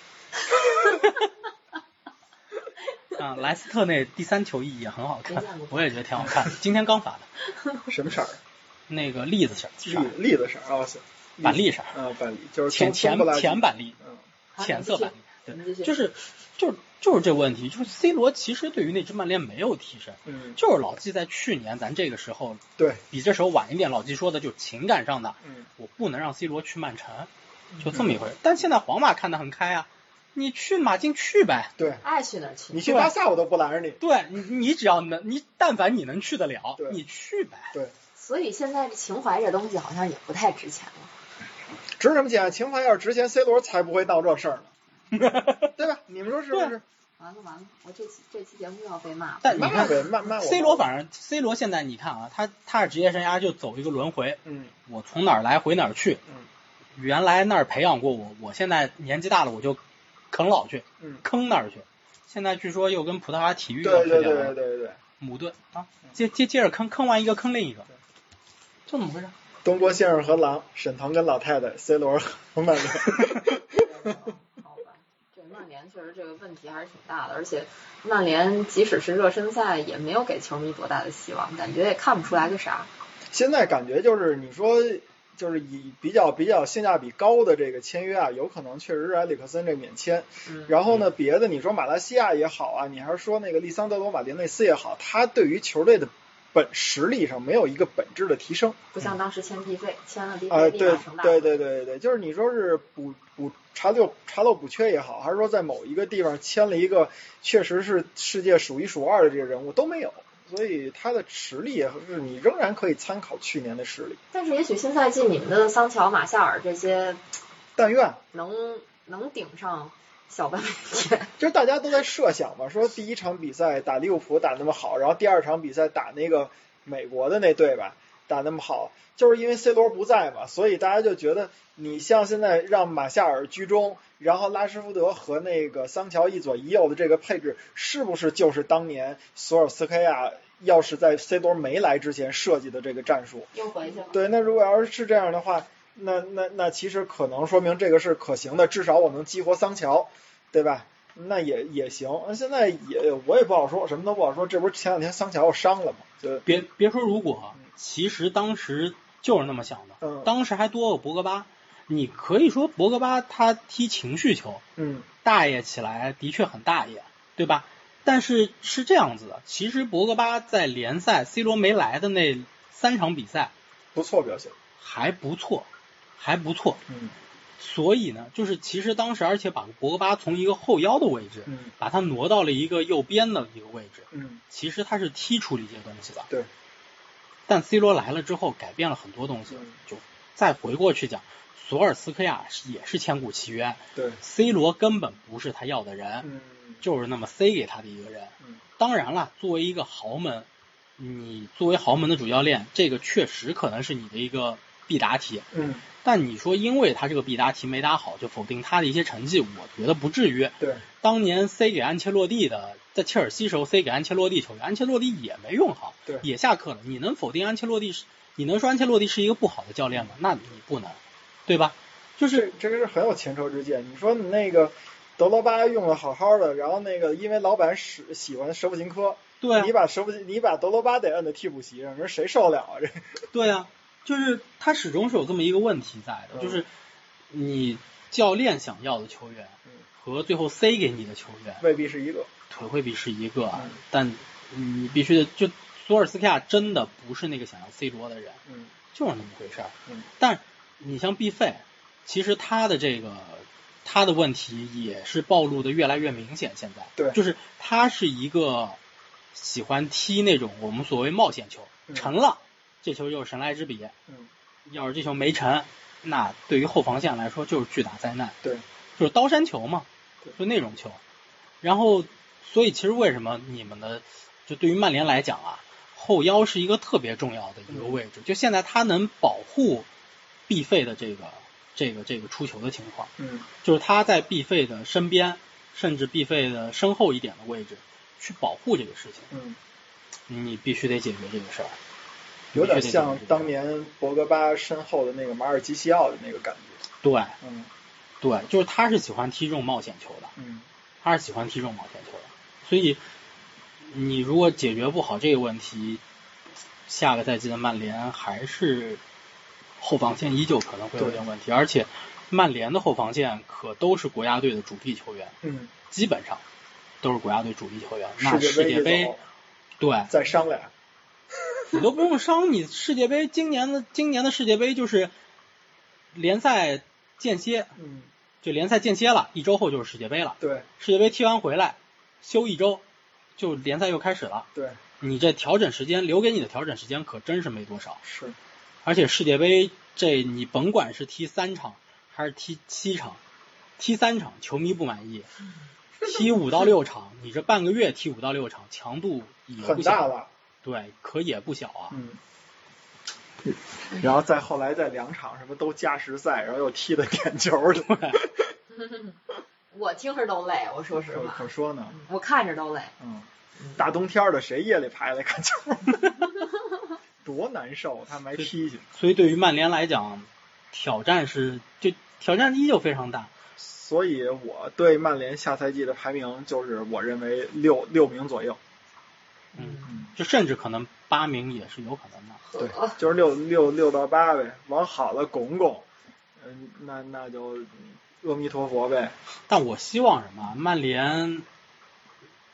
Speaker 3: 啊，莱斯特那第三球衣也很好看，我也觉得挺好看。今天刚发
Speaker 2: 的。什么色儿？
Speaker 3: 那个栗子色。
Speaker 2: 栗栗子色啊，
Speaker 3: 板栗色。
Speaker 2: 啊，板栗就是
Speaker 3: 浅浅浅板栗，
Speaker 2: 嗯，
Speaker 3: 浅色板栗。对，就是就就是这个问题，就是 C 罗其实对于那支曼联没有提升，
Speaker 2: 嗯，
Speaker 3: 就是老季在去年咱这个时候，
Speaker 2: 对，
Speaker 3: 比这时候晚一点，老季说的就是情感上的，
Speaker 2: 嗯，
Speaker 3: 我不能让 C 罗去曼城，就这么一回事。但现在皇马看得很开啊。你去马竞去呗，
Speaker 2: 对，
Speaker 1: 爱去哪儿去。
Speaker 2: 你去巴萨我都不拦着你。
Speaker 3: 对，你你只要能，你但凡你能去得了，你去呗。
Speaker 2: 对。
Speaker 1: 所以现在这情怀这东西好像也不太值钱了。
Speaker 2: 值什么钱？情怀要是值钱 ，C 罗才不会闹这事儿呢，对吧？你们说是不是？
Speaker 1: 完了完了，我这期这期节目又要被骂。
Speaker 3: 但你看
Speaker 2: 骂骂
Speaker 3: C 罗，反正 C 罗现在你看啊，他他的职业生涯就走一个轮回。
Speaker 2: 嗯。
Speaker 3: 我从哪儿来回哪儿去。
Speaker 2: 嗯。
Speaker 3: 原来那儿培养过我，我现在年纪大了，我就。啃老去，
Speaker 2: 嗯，
Speaker 3: 坑那儿去。现在据说又跟葡萄牙体育
Speaker 2: 对对对对对对，
Speaker 3: 姆顿啊，接接接着坑，坑完一个坑另一个，就怎么回事？
Speaker 2: 东郭先生和狼，沈腾跟老太太 ，C 罗和曼联。
Speaker 1: 好吧，这曼联确实这个问题还是挺大的，而且曼联即使是热身赛，也没有给球迷多大的希望，感觉也看不出来个啥。
Speaker 2: 现在感觉就是你说。就是以比较比较性价比高的这个签约啊，有可能确实是埃里克森这免签。
Speaker 1: 嗯、
Speaker 2: 然后呢，别的你说马来西亚也好啊，你还是说那个利桑德罗马丁内斯也好，他对于球队的本实力上没有一个本质的提升，
Speaker 1: 不像当时签必费，签了必
Speaker 2: 啊、
Speaker 1: 费立
Speaker 2: 对
Speaker 1: 马成大。
Speaker 2: 对对对对，就是你说是补补查漏查漏补缺也好，还是说在某一个地方签了一个确实是世界数一数二的这个人物都没有，所以他的实力是你仍然可以参考去年的实力。
Speaker 1: 但是也许新赛季你们的桑乔、马夏尔这些，
Speaker 2: 但愿
Speaker 1: 能能顶上小半天。
Speaker 2: 就是大家都在设想嘛，说第一场比赛打利物浦打那么好，然后第二场比赛打那个美国的那队吧打那么好，就是因为 C 罗不在嘛，所以大家就觉得你像现在让马夏尔居中，然后拉什福德和那个桑乔一左一右的这个配置，是不是就是当年索尔斯克亚要是在 C 罗没来之前设计的这个战术？
Speaker 1: 又回去了。
Speaker 2: 对，那如果要是这样的话，那那那其实可能说明这个是可行的，至少我能激活桑乔，对吧？那也也行。现在也我也不好说，什么都不好说。这不是前两天桑乔又伤了吗？就
Speaker 3: 别别说如果，其实当时就是那么想的。
Speaker 2: 嗯，
Speaker 3: 当时还多个博格巴，你可以说博格巴他踢情绪球，
Speaker 2: 嗯，
Speaker 3: 大爷起来的确很大爷，对吧？但是是这样子的，其实博格巴在联赛 C 罗没来的那三场比赛
Speaker 2: 不错表现，
Speaker 3: 还不错，还不错。
Speaker 2: 嗯，
Speaker 3: 所以呢，就是其实当时而且把博格巴从一个后腰的位置，
Speaker 2: 嗯，
Speaker 3: 把他挪到了一个右边的一个位置，
Speaker 2: 嗯，
Speaker 3: 其实他是踢出了一些东西的。
Speaker 2: 对。
Speaker 3: 但 C 罗来了之后，改变了很多东西。
Speaker 2: 嗯、
Speaker 3: 就再回过去讲，索尔斯克亚也是千古奇冤。
Speaker 2: 对
Speaker 3: ，C 罗根本不是他要的人，
Speaker 2: 嗯，
Speaker 3: 就是那么塞给他的一个人。
Speaker 2: 嗯，
Speaker 3: 当然了，作为一个豪门，你作为豪门的主教练，这个确实可能是你的一个必答题。
Speaker 2: 嗯，
Speaker 3: 但你说因为他这个必答题没打好就否定他的一些成绩，我觉得不至于。
Speaker 2: 对，
Speaker 3: 当年塞给安切洛蒂的，在切尔西时候塞给安切洛蒂球员，安切洛蒂也没用好，
Speaker 2: 对，
Speaker 3: 也下课了。你能否定安切洛蒂是？你能说安切洛蒂是一个不好的教练吗？那你不能，对吧？就是
Speaker 2: 这个是很有前车之鉴。你说你那个德罗巴用的好好的，然后那个因为老板喜喜欢舍甫琴科，
Speaker 3: 对、啊，
Speaker 2: 你把舍甫你把德罗巴得摁在替补席上，你说谁受得了啊？这
Speaker 3: 对啊，就是他始终是有这么一个问题在的，嗯、就是你教练想要的球员和最后塞给你的球员
Speaker 2: 未必是一个，
Speaker 3: 腿未必是一个，
Speaker 2: 嗯、
Speaker 3: 但你必须得就索尔斯克亚真的不是那个想要 C 罗的人，
Speaker 2: 嗯，
Speaker 3: 就是那么回事儿，
Speaker 2: 嗯，
Speaker 3: 但你像毕费，其实他的这个他的问题也是暴露的越来越明显，现在
Speaker 2: 对，
Speaker 3: 就是他是一个喜欢踢那种我们所谓冒险球，
Speaker 2: 嗯、
Speaker 3: 成了这球就是神来之笔，
Speaker 2: 嗯，
Speaker 3: 要是这球没成，那对于后防线来说就是巨大灾难，
Speaker 2: 对，
Speaker 3: 就是刀山球嘛，就那种球，然后所以其实为什么你们的就对于曼联来讲啊，后腰是一个特别重要的一个位置，
Speaker 2: 嗯、
Speaker 3: 就现在他能保护毕费的这个这个这个出球的情况，
Speaker 2: 嗯，
Speaker 3: 就是他在毕费的身边，甚至毕费的身后一点的位置去保护这个事情，
Speaker 2: 嗯，
Speaker 3: 你必须得解决这个事儿，
Speaker 2: 有点像当年博格巴身后的那个马尔基西奥的那个感觉，
Speaker 3: 对，
Speaker 2: 嗯，
Speaker 3: 对，就是他是喜欢踢这种冒险球的，
Speaker 2: 嗯，
Speaker 3: 他是喜欢踢这种冒险球的，所以你如果解决不好这个问题，下个赛季的曼联还是后防线依旧可能会有点问题，而且曼联的后防线可都是国家队的主力球员，
Speaker 2: 嗯，
Speaker 3: 基本上都是国家队主力球员。那
Speaker 2: 世
Speaker 3: 界杯，对，
Speaker 2: 再伤俩，
Speaker 3: 你都不用伤，你世界杯今年的今年的世界杯就是联赛间歇，
Speaker 2: 嗯，
Speaker 3: 就联赛间歇了，一周后就是世界杯了。
Speaker 2: 对，
Speaker 3: 世界杯踢完回来休一周，就联赛又开始了。
Speaker 2: 对，
Speaker 3: 你这调整时间留给你的调整时间可真是没多少。
Speaker 2: 是，
Speaker 3: 而且世界杯这你甭管是踢三场还是踢七场，踢三场球迷不满意，踢五到六场，你这半个月踢五到六场，强度也不小
Speaker 2: 很大了。
Speaker 3: 对，可也不小啊。
Speaker 2: 嗯。然后再后来再两场什么都加时赛，然后又踢的点球，对。
Speaker 1: 我听着都累，我说实话。
Speaker 2: 可说呢。
Speaker 1: 我看着都累。
Speaker 2: 嗯。大冬天的，谁夜里排来看球？多难受，他们还踢去。
Speaker 3: 所以对于曼联来讲，挑战是就挑战依旧非常大。
Speaker 2: 所以我对曼联下赛季的排名就是我认为六六名左右。
Speaker 3: 嗯，就甚至可能八名也是有可能的。
Speaker 2: 对，就是六六六到八呗，往好了拱拱，嗯，那那就阿弥陀佛呗。
Speaker 3: 但我希望什么？曼联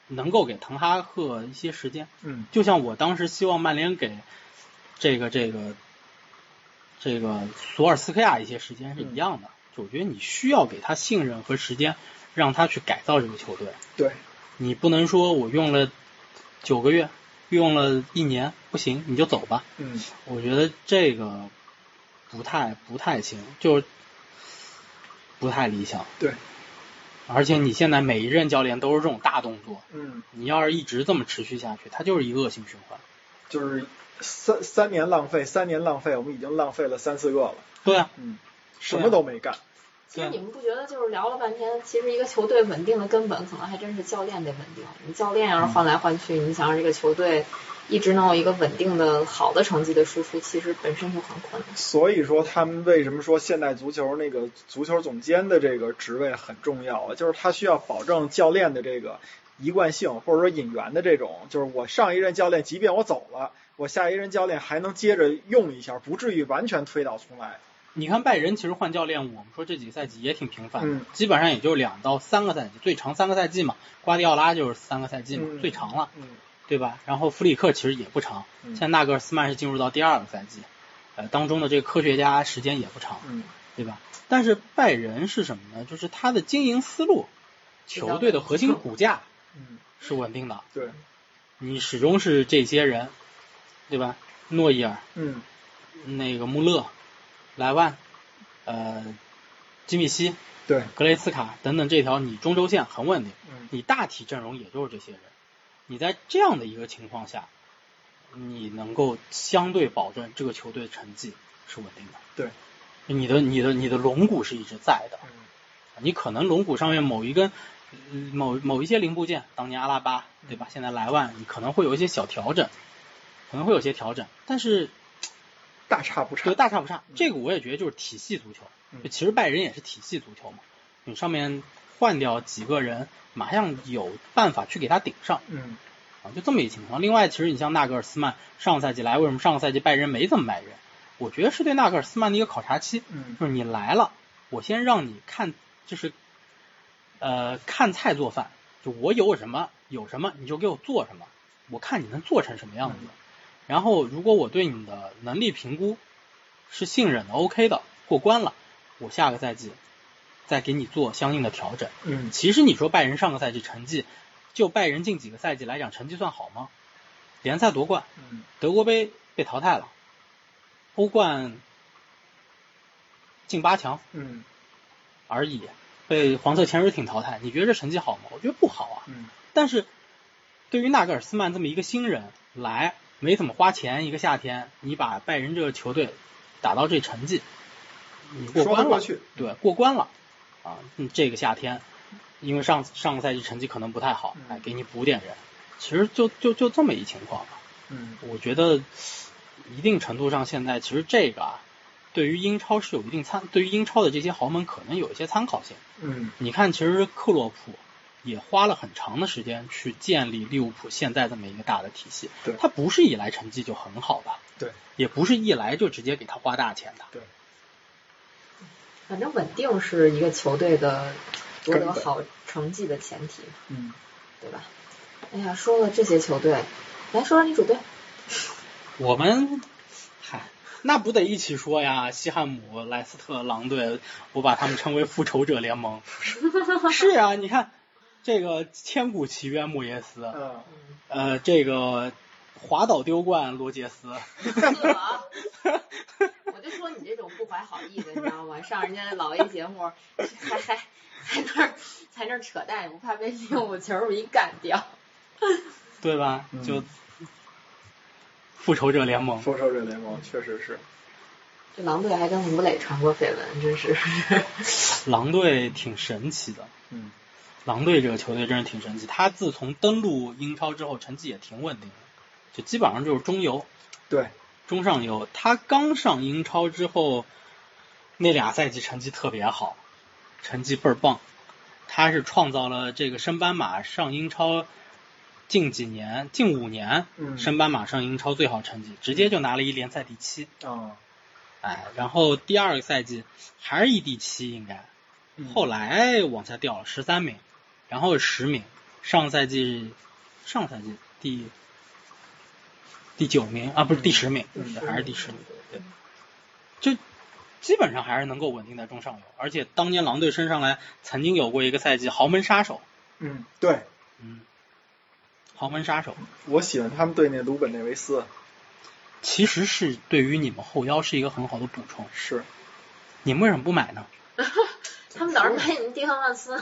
Speaker 3: 能够给滕哈赫一些时间。
Speaker 2: 嗯，
Speaker 3: 就像我当时希望曼联给这个这个这个索尔斯克亚一些时间是一样的。嗯、就我觉得你需要给他信任和时间，让他去改造这个球队。
Speaker 2: 对，
Speaker 3: 你不能说我用了九个月，用了一年不行你就走吧。
Speaker 2: 嗯，
Speaker 3: 我觉得这个不太不太行，就不太理想。
Speaker 2: 对。
Speaker 3: 而且你现在每一任教练都是这种大动作，
Speaker 2: 嗯，
Speaker 3: 你要是一直这么持续下去，它就是一个恶性循环。
Speaker 2: 就是三三年浪费，三年浪费，我们已经浪费了三四个了。
Speaker 3: 对啊，
Speaker 2: 嗯，什么都没干。
Speaker 1: 其实你们不觉得就是聊了半天，其实一个球队稳定的根本可能还真是教练得稳定。你教练要是换来换去，嗯、你想让这个球队一直能有一个稳定的好的成绩的输出，其实本身就很困难。
Speaker 2: 所以说他们为什么说现代足球那个足球总监的这个职位很重要啊？就是他需要保证教练的这个一贯性，或者说引援的这种，就是我上一任教练即便我走了，我下一任教练还能接着用一下，不至于完全推倒重来。
Speaker 3: 你看拜仁其实换教练，我们说这几个赛季也挺频繁的，
Speaker 2: 嗯、
Speaker 3: 基本上也就两到三个赛季，最长三个赛季嘛。瓜迪奥拉就是三个赛季嘛，
Speaker 2: 嗯、
Speaker 3: 最长了。
Speaker 2: 嗯
Speaker 3: 对吧？然后弗里克其实也不长，
Speaker 2: 嗯、
Speaker 3: 现在纳格尔斯曼是进入到第二个赛季，呃，当中的这个科学家时间也不长，
Speaker 2: 嗯，
Speaker 3: 对吧？但是拜仁是什么呢？就是他的经营思路，球队的核心骨架，
Speaker 2: 嗯，
Speaker 3: 是稳定的。
Speaker 2: 对，
Speaker 3: 你始终是这些人，对吧？诺伊尔，
Speaker 2: 嗯，
Speaker 3: 那个穆勒、莱万，呃，基米希，
Speaker 2: 对，
Speaker 3: 格雷茨卡等等这条你中轴线很稳定，
Speaker 2: 嗯，
Speaker 3: 你大体阵容也就是这些人。你在这样的一个情况下，你能够相对保证这个球队成绩是稳定的。
Speaker 2: 对，
Speaker 3: 你的你的你的龙骨是一直在的。
Speaker 2: 嗯，
Speaker 3: 你可能龙骨上面某一根、某某一些零部件，当年阿拉巴，对吧？现在莱万，你可能会有一些小调整，可能会有些调整，但是
Speaker 2: 大差不差。
Speaker 3: 对，大差不差。
Speaker 2: 嗯、
Speaker 3: 这个我也觉得就是体系足球。
Speaker 2: 嗯、
Speaker 3: 其实拜仁也是体系足球嘛，你上面换掉几个人。马上有办法去给他顶上，
Speaker 2: 嗯，
Speaker 3: 啊，就这么一情况。另外，其实你像纳格尔斯曼上个赛季来，为什么上个赛季拜仁没怎么买人？我觉得是对纳格尔斯曼的一个考察期，
Speaker 2: 嗯，
Speaker 3: 就是你来了，我先让你看，就是呃看菜做饭，就我有什么有什么你就给我做什么，我看你能做成什么样子。
Speaker 2: 嗯、
Speaker 3: 然后，如果我对你的能力评估是信任的 ，OK 的，过关了，我下个赛季再给你做相应的调整。
Speaker 2: 嗯，
Speaker 3: 其实你说拜仁上个赛季成绩，就拜仁近几个赛季来讲，成绩算好吗？联赛夺冠，
Speaker 2: 嗯，
Speaker 3: 德国杯被淘汰了，欧冠进八强，
Speaker 2: 嗯，
Speaker 3: 而已，被黄色潜水艇淘汰。你觉得这成绩好吗？我觉得不好啊。
Speaker 2: 嗯，
Speaker 3: 但是对于纳格尔斯曼这么一个新人来，没怎么花钱，一个夏天，你把拜仁这个球队打到这成绩，你过关了，
Speaker 2: 过去
Speaker 3: 对，过关了。啊，这个夏天，因为上上个赛季成绩可能不太好，哎，给你补点人，其实就就就这么一情况吧。
Speaker 2: 嗯，
Speaker 3: 我觉得一定程度上，现在其实这个啊，对于英超是有一定参，对于英超的这些豪门可能有一些参考性。
Speaker 2: 嗯，
Speaker 3: 你看，其实克洛普也花了很长的时间去建立利物浦现在这么一个大的体系。
Speaker 2: 对，
Speaker 3: 他不是一来成绩就很好的，
Speaker 2: 对，
Speaker 3: 也不是一来就直接给他花大钱的，
Speaker 2: 对。
Speaker 1: 反正稳定是一个球队的夺得好成绩的前提，
Speaker 2: 嗯，
Speaker 1: 对吧？哎呀，说了这些球队，来说说你主队。
Speaker 3: 我们，嗨，那不得一起说呀？西汉姆、莱斯特、狼队，我把他们称为复仇者联盟。是啊，你看这个千古奇冤莫耶斯，
Speaker 2: 嗯，
Speaker 3: 呃，这个滑倒丢冠罗杰斯。
Speaker 1: 我就说你这种不怀好意的，你知道吗？上人家老 A 节目，还还还那儿还那儿扯淡，不怕被利物浦球迷干掉，
Speaker 3: 对吧？
Speaker 2: 嗯、
Speaker 3: 就复仇者联盟，
Speaker 2: 复仇者联盟确实是。
Speaker 1: 这狼队还跟吴磊传过绯闻，真是。
Speaker 3: 狼队挺神奇的，
Speaker 2: 嗯，
Speaker 3: 狼队这个球队真是挺神奇。他自从登陆英超之后，成绩也挺稳定的，就基本上就是中游。
Speaker 2: 对。
Speaker 3: 中上游，他刚上英超之后，那俩赛季成绩特别好，成绩倍儿棒。他是创造了这个升班马上英超近几年、近五年，
Speaker 2: 嗯，
Speaker 3: 升班马上英超最好成绩，直接就拿了一联赛第七。
Speaker 2: 哦，
Speaker 3: 哎，然后第二个赛季还是一第七应该，后来往下掉了十三名，然后十名。上赛季上赛季第第九名啊，不是第十名，
Speaker 2: 嗯
Speaker 3: 对还是第十名，对，就基本上还是能够稳定在中上游，而且当年狼队升上来曾经有过一个赛季豪门杀手，
Speaker 2: 嗯，对，
Speaker 3: 嗯，豪门杀手，
Speaker 2: 我喜欢他们队那鲁本内维斯，
Speaker 3: 其实是对于你们后腰是一个很好的补充，
Speaker 2: 是，
Speaker 3: 你们为什么不买呢？
Speaker 1: 他们早上买你蒂克曼斯，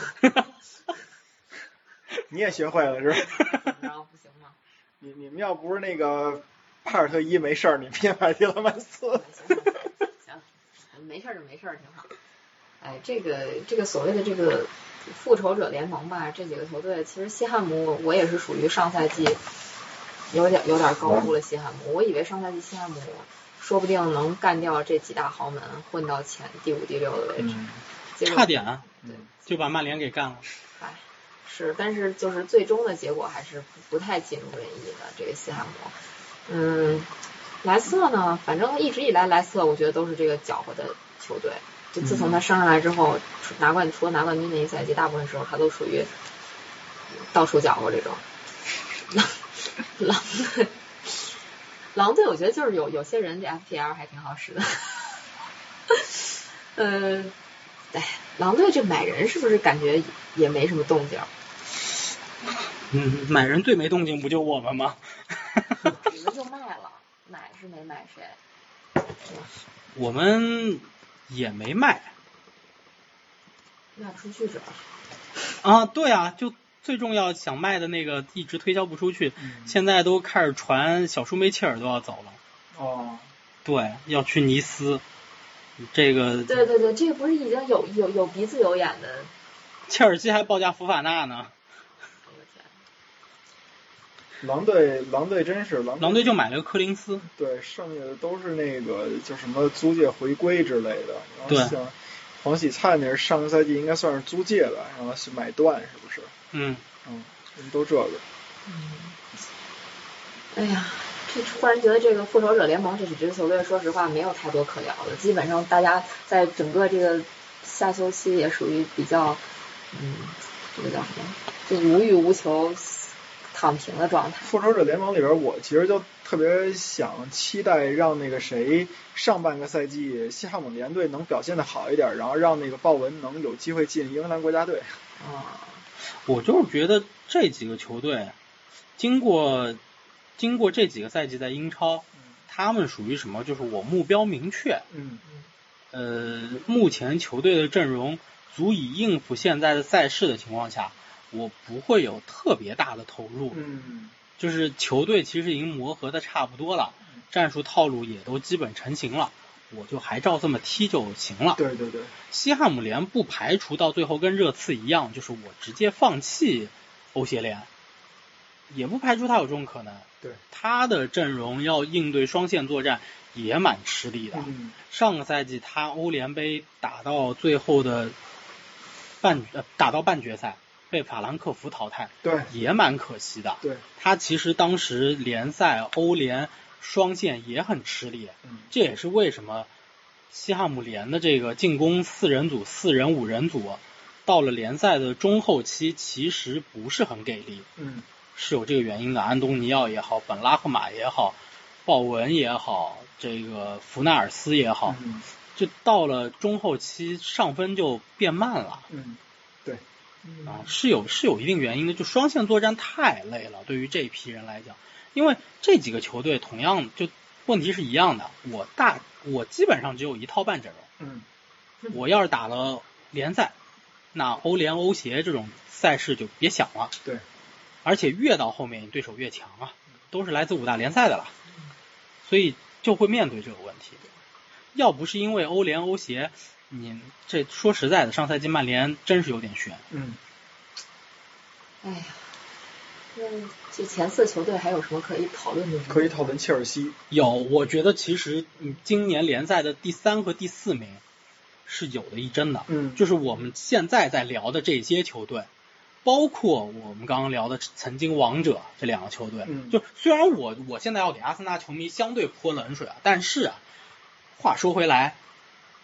Speaker 2: 你也学会了是吧？
Speaker 1: 然后不行吗？
Speaker 2: 你你们要不是那个帕尔特伊没事儿，你们也买蒂勒曼斯。
Speaker 1: 行，没事儿就没事儿，挺好。哎，这个这个所谓的这个复仇者联盟吧，这几个球队，其实西汉姆我也是属于上赛季有点有点高估了西汉姆，我以为上赛季西汉姆说不定能干掉这几大豪门，混到前第五第六的位置，
Speaker 2: 嗯、
Speaker 3: 差点啊，
Speaker 1: 对，
Speaker 3: 就把曼联给干了。
Speaker 1: 哎，是，但是就是最终的结果还是不不太尽如人意的。这个西汉姆，嗯，莱斯特呢，反正一直以来莱斯特我觉得都是这个搅和的球队。就自从他升上来之后，拿冠除了拿冠军那一赛季，大部分时候他都属于到处搅和这种。狼队，狼队，我觉得就是有有些人这 F P L 还挺好使的。呃，哎，狼队这买人是不是感觉也没什么动静？
Speaker 3: 嗯，买人最没动静不就我们吗？
Speaker 1: 你们就卖了，买是没买谁？
Speaker 3: 我们也没卖，
Speaker 1: 卖不出去是吧？
Speaker 3: 啊，对啊，就最重要想卖的那个一直推销不出去，
Speaker 2: 嗯、
Speaker 3: 现在都开始传小舒梅切尔都要走了。
Speaker 2: 哦，
Speaker 3: 对，要去尼斯，这个。
Speaker 1: 对对对，这个不是已经有有有鼻子有眼的。
Speaker 3: 切尔西还报价福法纳呢。
Speaker 2: 狼队，狼队真是狼队，
Speaker 3: 狼队就买了个柯林斯，
Speaker 2: 对，剩下的都是那个就什么租借回归之类的。然后
Speaker 3: 对，
Speaker 2: 像黄喜灿那是上个赛季应该算是租借吧，然后是买断是不是？
Speaker 3: 嗯
Speaker 2: 嗯，都这个。
Speaker 1: 嗯。哎呀，这忽然觉得这个复仇者联盟这几支球队，说实话没有太多可聊的，基本上大家在整个这个夏休期也属于比较，嗯，这个叫什么，就无欲无求。躺平的状态。
Speaker 2: 复仇者联盟里边，我其实就特别想期待让那个谁上半个赛季西汉姆联队能表现的好一点，然后让那个鲍文能有机会进英格兰国家队。
Speaker 1: 啊，
Speaker 3: 我就是觉得这几个球队经过经过这几个赛季在英超，
Speaker 2: 嗯、
Speaker 3: 他们属于什么？就是我目标明确，
Speaker 2: 嗯，
Speaker 3: 呃，目前球队的阵容足以应付现在的赛事的情况下。我不会有特别大的投入，
Speaker 2: 嗯，
Speaker 3: 就是球队其实已经磨合的差不多了，战术套路也都基本成型了，我就还照这么踢就行了。
Speaker 2: 对对对，
Speaker 3: 西汉姆联不排除到最后跟热刺一样，就是我直接放弃欧协联，也不排除他有这种可能。
Speaker 2: 对，
Speaker 3: 他的阵容要应对双线作战也蛮吃力的。
Speaker 2: 嗯、
Speaker 3: 上个赛季他欧联杯打到最后的半呃打到半决赛。被法兰克福淘汰，
Speaker 2: 对，
Speaker 3: 也蛮可惜的。
Speaker 2: 对，
Speaker 3: 他其实当时联赛、欧联双线也很吃力，
Speaker 2: 嗯，
Speaker 3: 这也是为什么西汉姆联的这个进攻四人组、四人五人组，到了联赛的中后期其实不是很给力，
Speaker 2: 嗯，
Speaker 3: 是有这个原因的。安东尼奥也好，本拉赫马也好，鲍文也好，这个弗纳尔斯也好，
Speaker 2: 嗯，
Speaker 3: 就到了中后期上分就变慢了。
Speaker 2: 嗯，对。
Speaker 3: 啊，是有是有一定原因的，就双线作战太累了，对于这批人来讲，因为这几个球队同样就问题是一样的，我大我基本上只有一套半阵容，
Speaker 2: 嗯，
Speaker 3: 我要是打了联赛，那欧联、欧协这种赛事就别想了，
Speaker 2: 对，
Speaker 3: 而且越到后面对手越强啊，都是来自五大联赛的了，所以就会面对这个问题，要不是因为欧联、欧协。你这说实在的，上赛季曼联真是有点悬。
Speaker 2: 嗯。
Speaker 1: 哎呀，那这前四球队还有什么可以讨论的？
Speaker 2: 可以讨论切尔西。
Speaker 3: 有，我觉得其实嗯，今年联赛的第三和第四名是有的一争的。
Speaker 2: 嗯。
Speaker 3: 就是我们现在在聊的这些球队，包括我们刚刚聊的曾经王者这两个球队。
Speaker 2: 嗯。
Speaker 3: 就虽然我我现在要给阿森纳球迷相对泼冷水啊，但是啊，话说回来。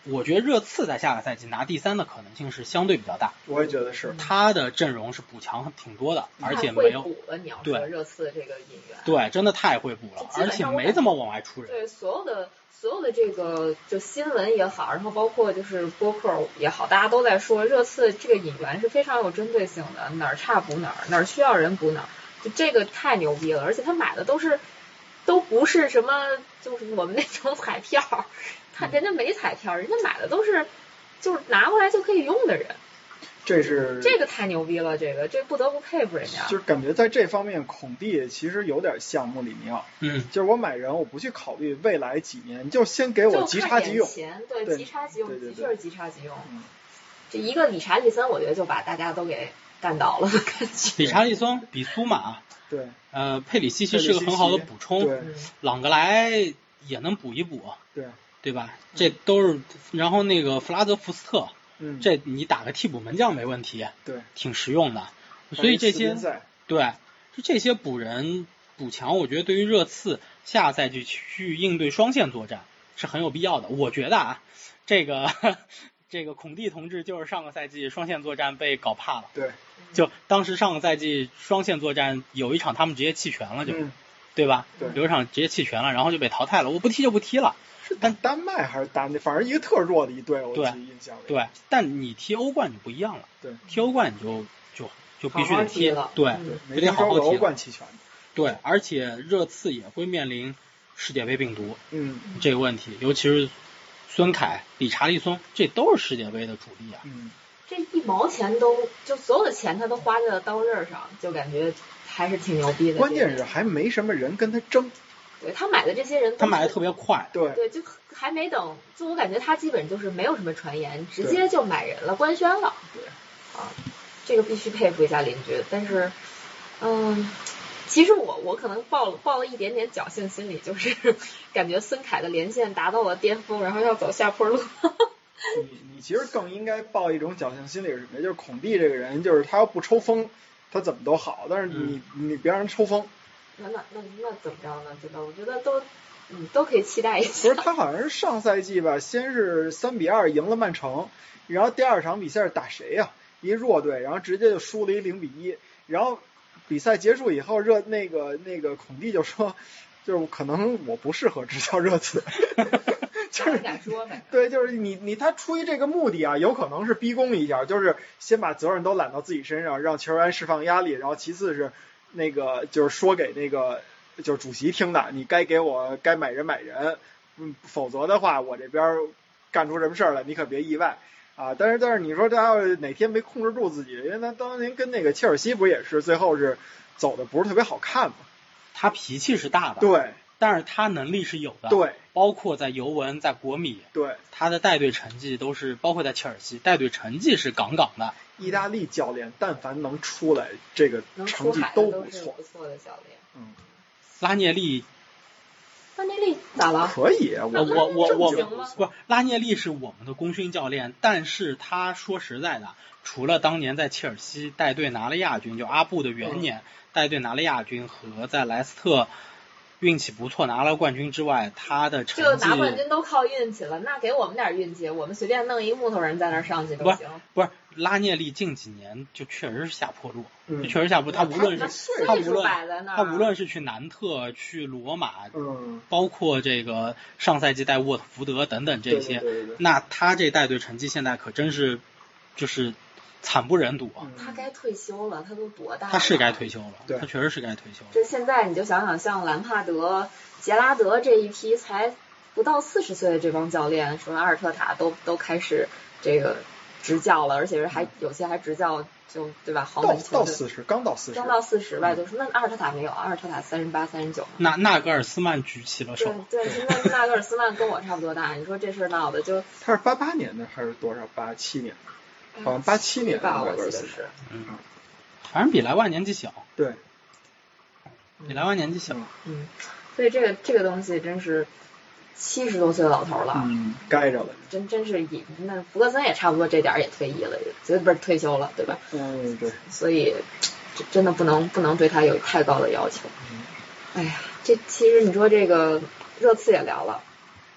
Speaker 3: 我觉得热刺在下个赛季拿第三的可能性是相对比较大。
Speaker 2: 我也觉得是，
Speaker 3: 他的阵容是补强挺多的，而且没有
Speaker 1: 补了。你要说热刺这个引援，
Speaker 3: 对，真的太会补了，而且没怎么往外出人。
Speaker 1: 对，所有的所有的这个就新闻也好，然后包括就是播客也好，大家都在说热刺这个引援是非常有针对性的，哪儿差补哪儿，哪儿需要人补哪儿，就这个太牛逼了，而且他买的都是。都不是什么，就是我们那种彩票，他人家没彩票，人家买的都是，就是拿过来就可以用的人。
Speaker 2: 这是
Speaker 1: 这个太牛逼了，这个这不得不佩服人家。
Speaker 2: 就是感觉在这方面，孔蒂其实有点像穆里尼奥。
Speaker 3: 嗯，
Speaker 2: 就是我买人，我不去考虑未来几年，你就先给我即插即用。
Speaker 1: 对，
Speaker 2: 对，
Speaker 1: 即插即用，
Speaker 2: 对对对
Speaker 1: 的确是即插即用。
Speaker 2: 嗯，
Speaker 1: 这一个理查利森，我觉得就把大家都给干倒了，感觉。
Speaker 3: 理查利森比苏马。
Speaker 2: 对，
Speaker 3: 呃，佩里西奇是个很好的补充，
Speaker 2: 对，
Speaker 3: 朗格莱也能补一补，
Speaker 2: 对，
Speaker 3: 对吧？这都是，然后那个弗拉德福斯特，
Speaker 2: 嗯，
Speaker 3: 这你打个替补门将没问题，
Speaker 2: 对，
Speaker 3: 挺实用的。所以这些，对，就这些补人补强，我觉得对于热刺下赛季去应对双线作战是很有必要的。我觉得啊，这个。这个孔蒂同志就是上个赛季双线作战被搞怕了，
Speaker 2: 对，
Speaker 3: 就当时上个赛季双线作战有一场他们直接弃权了就，就、
Speaker 2: 嗯、
Speaker 3: 对吧？
Speaker 2: 对，
Speaker 3: 有一场直接弃权了，然后就被淘汰了。我不踢就不踢了。
Speaker 2: 是但丹麦还是丹麦，反正一个特弱的一队，我记印象里。
Speaker 3: 对，但你踢欧冠就不一样了。
Speaker 2: 对，
Speaker 3: 踢欧冠你就就就必须得
Speaker 1: 踢
Speaker 3: 了。对，
Speaker 2: 嗯、
Speaker 3: 就得好好踢。
Speaker 2: 欧冠弃权。
Speaker 3: 对，而且热刺也会面临世界杯病毒，
Speaker 2: 嗯，
Speaker 3: 这个问题，尤其是。孙凯、理查利松，这都是世界杯的主力啊！
Speaker 2: 嗯，
Speaker 1: 这一毛钱都就所有的钱他都花在了刀刃上，就感觉还是挺牛逼的。
Speaker 2: 关键是还没什么人跟他争。
Speaker 1: 对他买的这些人，
Speaker 3: 他买的特别快。
Speaker 2: 对
Speaker 1: 对，就还没等，就我感觉他基本就是没有什么传言，直接就买人了，官宣了。
Speaker 2: 对
Speaker 1: 啊，这个必须佩服一下邻居。但是，嗯。其实我我可能抱了抱了一点点侥幸心理，就是感觉孙凯的连线达到了巅峰，然后要走下坡路。
Speaker 2: 你你其实更应该抱一种侥幸心理是什么？就是孔蒂这个人，就是他要不抽风，他怎么都好。但是你、嗯、你别让人抽风。
Speaker 1: 那那那那怎么着呢？这个我觉得都嗯都可以期待一下。
Speaker 2: 不是他好像是上赛季吧，先是三比二赢了曼城，然后第二场比赛是打谁呀、啊？一弱队，然后直接就输了一零比一，然后。比赛结束以后，热那个那个孔蒂就说，就是可能我不适合执教热刺，就是
Speaker 1: 敢说
Speaker 2: 对，就是你你他出于这个目的啊，有可能是逼宫一下，就是先把责任都揽到自己身上，让球员释放压力，然后其次是那个就是说给那个就是主席听的，你该给我该买人买人，嗯，否则的话我这边干出什么事儿来，你可别意外。啊，但是但是你说他要是哪天没控制住自己，因为他当年跟那个切尔西不也是最后是走的不是特别好看嘛？
Speaker 3: 他脾气是大的，
Speaker 2: 对，
Speaker 3: 但是他能力是有的，
Speaker 2: 对，
Speaker 3: 包括在尤文、在国米，
Speaker 2: 对，
Speaker 3: 他的带队成绩都是，包括在切尔西带队成绩是杠杠的。
Speaker 2: 意大利教练但凡能出来，这个成绩
Speaker 1: 都
Speaker 2: 不错，
Speaker 1: 不错的教练。
Speaker 2: 嗯，
Speaker 3: 拉涅利。
Speaker 1: 拉涅利咋了？
Speaker 2: 可以，我
Speaker 3: 我我我
Speaker 1: 不
Speaker 3: 是拉涅利是我们的功勋教练，但是他说实在的，除了当年在切尔西带队拿了亚军，就阿布的元年、嗯、带队拿了亚军，和在莱斯特运气不错拿了冠军之外，他的成绩
Speaker 1: 就拿冠军都靠运气了，那给我们点运气，我们随便弄一个木头人在那上去都行。
Speaker 3: 不是拉涅利近几年就确实是下坡路，
Speaker 2: 嗯、
Speaker 3: 就确实下坡路。他无论是他无论
Speaker 1: 他
Speaker 3: 无论是去南特、去罗马，
Speaker 2: 嗯，
Speaker 3: 包括这个上赛季带沃特福德等等这些，
Speaker 2: 对对对对
Speaker 3: 那他这带队成绩现在可真是就是惨不忍睹啊！
Speaker 1: 他该退休了，他都多大了？
Speaker 3: 他是该退休了，
Speaker 2: 对，
Speaker 3: 他确实是该退休了。
Speaker 1: 就现在你就想想，像兰帕德、杰拉德这一批才不到四十岁的这帮教练，说阿尔特塔都都开始这个执教了，而且是还有些还执教就对吧？豪门球队
Speaker 2: 到四十，刚到四十，
Speaker 1: 刚到四十吧，就是那阿尔特塔没有，阿尔特塔三十八、三十九。
Speaker 3: 那纳格尔斯曼举起了手。
Speaker 1: 对对，现在纳格尔斯曼跟我差不多大，你说这事闹的就。
Speaker 2: 他是八八年的还是多少？八七年的，好像八七年
Speaker 1: 吧，我记得
Speaker 2: 是。
Speaker 3: 嗯，反正比莱万年纪小。
Speaker 2: 对，
Speaker 3: 比莱万年纪小。
Speaker 1: 嗯，所以这个这个东西真是。七十多岁的老头了，
Speaker 2: 嗯，该着了，
Speaker 1: 真真是以那福格森也差不多这点也退役了，也不是退休了，对吧？
Speaker 2: 嗯，对。
Speaker 1: 所以真的不能不能对他有太高的要求。
Speaker 2: 嗯、
Speaker 1: 哎呀，这其实你说这个热刺也聊了，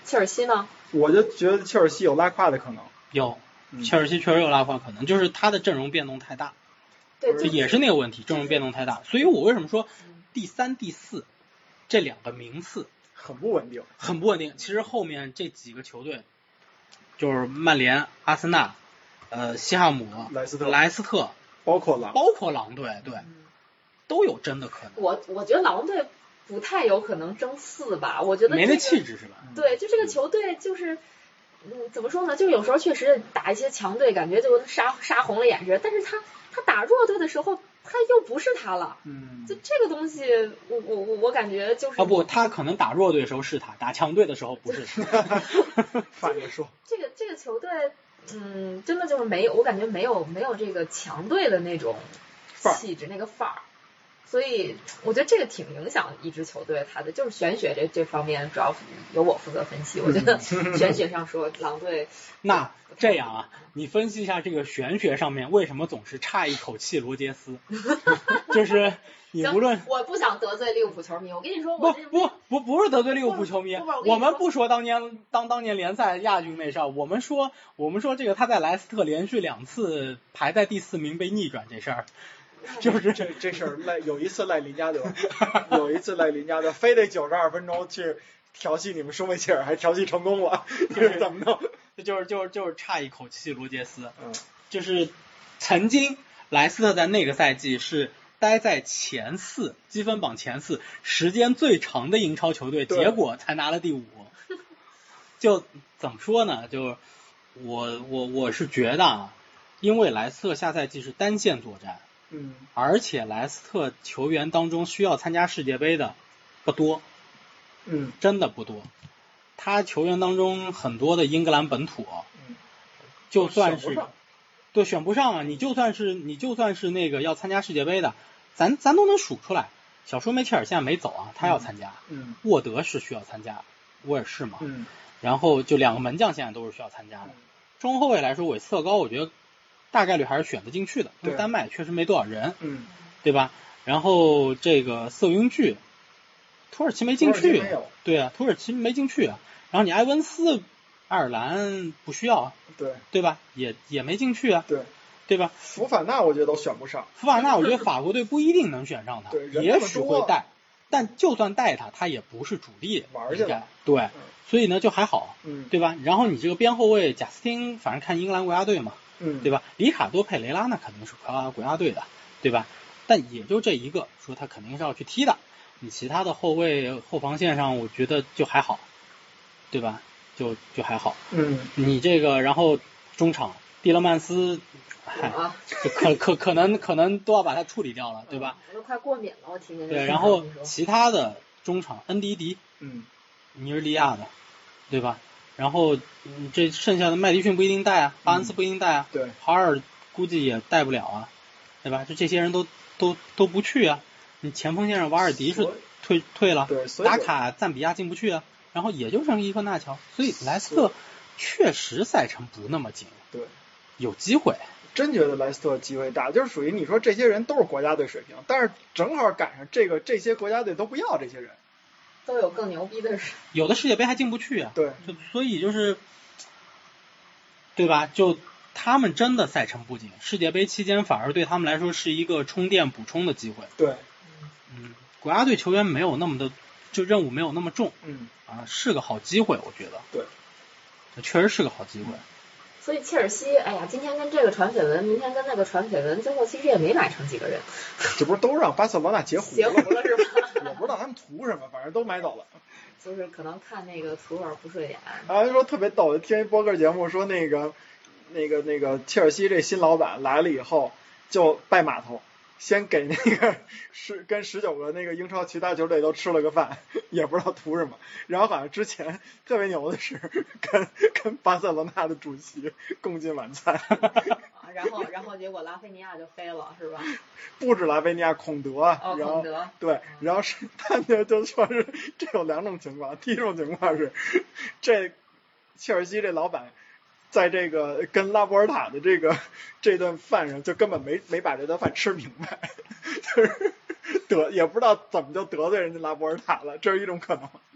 Speaker 1: 切尔西呢？
Speaker 2: 我就觉得切尔西有拉胯的可能。
Speaker 3: 有，
Speaker 2: 嗯
Speaker 3: 切尔西确实有拉胯可能，就是他的阵容变动太大，
Speaker 1: 对，
Speaker 3: 这也是那个问题，阵容变动太大。所以我为什么说第三、第四这两个名次
Speaker 2: 很不稳定，
Speaker 3: 很不稳定？其实后面这几个球队，就是曼联、阿森纳、呃西汉姆、
Speaker 2: 莱斯特、
Speaker 3: 莱斯特，
Speaker 2: 包括狼，
Speaker 3: 包括狼队，对，
Speaker 1: 嗯
Speaker 3: 都有真的可能。
Speaker 1: 我我觉得狼队不太有可能争四吧，我觉得、这个、
Speaker 3: 没那气质是吧？
Speaker 1: 对，就这个球队就是。嗯，怎么说呢？就有时候确实打一些强队，感觉就杀杀红了眼睛。但是他他打弱队的时候，他又不是他了。
Speaker 2: 嗯，
Speaker 1: 就这个东西，我我我我感觉就是
Speaker 3: 啊不，他可能打弱队的时候是他，打强队的时候不是他。
Speaker 2: 反着说，
Speaker 1: 这个这个球队，嗯，真的就是没有，我感觉没有没有这个强队的那种气质，那个范儿。所以我觉得这个挺影响一支球队他的，就是玄学这这方面主要由我负责分析。我觉得玄学上说狼队，
Speaker 3: 那这样啊，你分析一下这个玄学上面为什么总是差一口气罗杰斯？就是你无论
Speaker 1: 我不想得罪利物浦球迷，我跟你说，
Speaker 3: 不
Speaker 1: 我
Speaker 3: 不不不是得罪利物浦球迷，
Speaker 1: 不不不我
Speaker 3: 我们不说当年当当年联赛亚军那事儿，我们说我们说这个他在莱斯特连续两次排在第四名被逆转这事儿。就是
Speaker 2: 这这事儿赖有一次赖林加德，有一次赖林加德，非得九十二分钟去调戏你们舒梅切尔，还调戏成功了，这是怎么弄？
Speaker 3: 就是就是就是差一口气罗杰斯，
Speaker 2: 嗯，
Speaker 3: 就是曾经莱斯特在那个赛季是待在前四积分榜前四时间最长的英超球队，结果才拿了第五。就怎么说呢？就我我我是觉得啊，因为莱斯特下赛季是单线作战。
Speaker 2: 嗯，
Speaker 3: 而且莱斯特球员当中需要参加世界杯的不多，
Speaker 2: 嗯，
Speaker 3: 真的不多。他球员当中很多的英格兰本土，
Speaker 2: 嗯，
Speaker 3: 就算是对选不上啊，你就算是你就算是那个要参加世界杯的，咱咱都能数出来。小舒梅切尔现在没走啊，他要参加。
Speaker 2: 嗯，
Speaker 3: 沃德是需要参加，威尔士嘛。
Speaker 2: 嗯，
Speaker 3: 然后就两个门将现在都是需要参加的。中后卫来说，韦斯特高我觉得大概率还是选得进去的，因为丹麦确实没多少人，
Speaker 2: 嗯，
Speaker 3: 对吧？然后这个瑟云巨，土耳其没进去，对啊，土耳其没进去啊。然后你埃文斯，爱尔兰不需要，
Speaker 2: 对
Speaker 3: 对吧？也也没进去啊，
Speaker 2: 对
Speaker 3: 对吧？
Speaker 2: 福法纳我觉得都选不上，
Speaker 3: 福法纳我觉得法国队不一定能选上他，也许会带，但就算带他，他也不是主力
Speaker 2: 玩去了，
Speaker 3: 对，嗯、所以呢就还好，
Speaker 2: 嗯，
Speaker 3: 对吧？然后你这个边后卫贾斯汀，反正看英格兰国家队嘛。
Speaker 2: 嗯，
Speaker 3: 对吧？里卡多佩雷拉那肯定是国国家队的，对吧？但也就这一个，说他肯定是要去踢的。你其他的后卫后防线上，我觉得就还好，对吧？就就还好。
Speaker 2: 嗯，
Speaker 3: 你这个，然后中场蒂勒曼斯，嗨，可可可能可能都要把他处理掉了，对吧？
Speaker 1: 我都快过敏了，我听见这。
Speaker 3: 对，然后其他的中场恩迪迪，
Speaker 2: 嗯，
Speaker 3: 尼日利亚的，对吧？然后，嗯，这剩下的麦迪逊不一定带啊，巴恩斯不一定带啊，
Speaker 2: 嗯、对，
Speaker 3: 豪尔估计也带不了啊，对吧？就这些人都都都不去啊。你前锋线上瓦尔迪是退退了，
Speaker 2: 对，
Speaker 3: 达卡赞比亚进不去啊，然后也就剩伊科纳乔，所以莱斯特确实赛程不那么紧，
Speaker 2: 对，
Speaker 3: 有机会。
Speaker 2: 真觉得莱斯特机会大，就是属于你说这些人都是国家队水平，但是正好赶上这个这些国家队都不要这些人。
Speaker 1: 都有更牛逼的人，
Speaker 3: 有的世界杯还进不去啊。
Speaker 2: 对，
Speaker 3: 就所以就是，对吧？就他们真的赛程不紧，世界杯期间反而对他们来说是一个充电补充的机会。
Speaker 2: 对，
Speaker 3: 嗯，国家队球员没有那么的，就任务没有那么重。
Speaker 2: 嗯，
Speaker 3: 啊，是个好机会，我觉得。
Speaker 2: 对，
Speaker 3: 确实是个好机会。
Speaker 1: 所以切尔西，哎呀，今天跟这个传绯闻，明天跟那个传绯闻，最后其实也没买成几个人。
Speaker 2: 这不是都让巴塞罗那截胡了？
Speaker 1: 截胡了是吧？
Speaker 2: 我不知道他们图什么，反正都买走了。
Speaker 1: 就是可能看那个图有点不顺眼。
Speaker 2: 啊，说特别逗，听一播客节目说那个那个那个切尔西这新老板来了以后就拜码头。先给那个十跟十九个那个英超其他球队都吃了个饭，也不知道图什么。然后好像之前特别牛的是跟跟巴塞罗那的主席共进晚餐。
Speaker 1: 然后然后结果拉菲尼亚就飞了，是吧？
Speaker 2: 不止拉菲尼亚，孔德，
Speaker 1: 哦，
Speaker 2: 然后
Speaker 1: 孔德
Speaker 2: 对，然后是他就就说是这有两种情况，第一种情况是这切尔西这老板。在这个跟拉波尔塔的这个这顿饭上，就根本没没把这顿饭吃明白，就是得也不知道怎么就得罪人家拉波尔塔了，这是一种可能。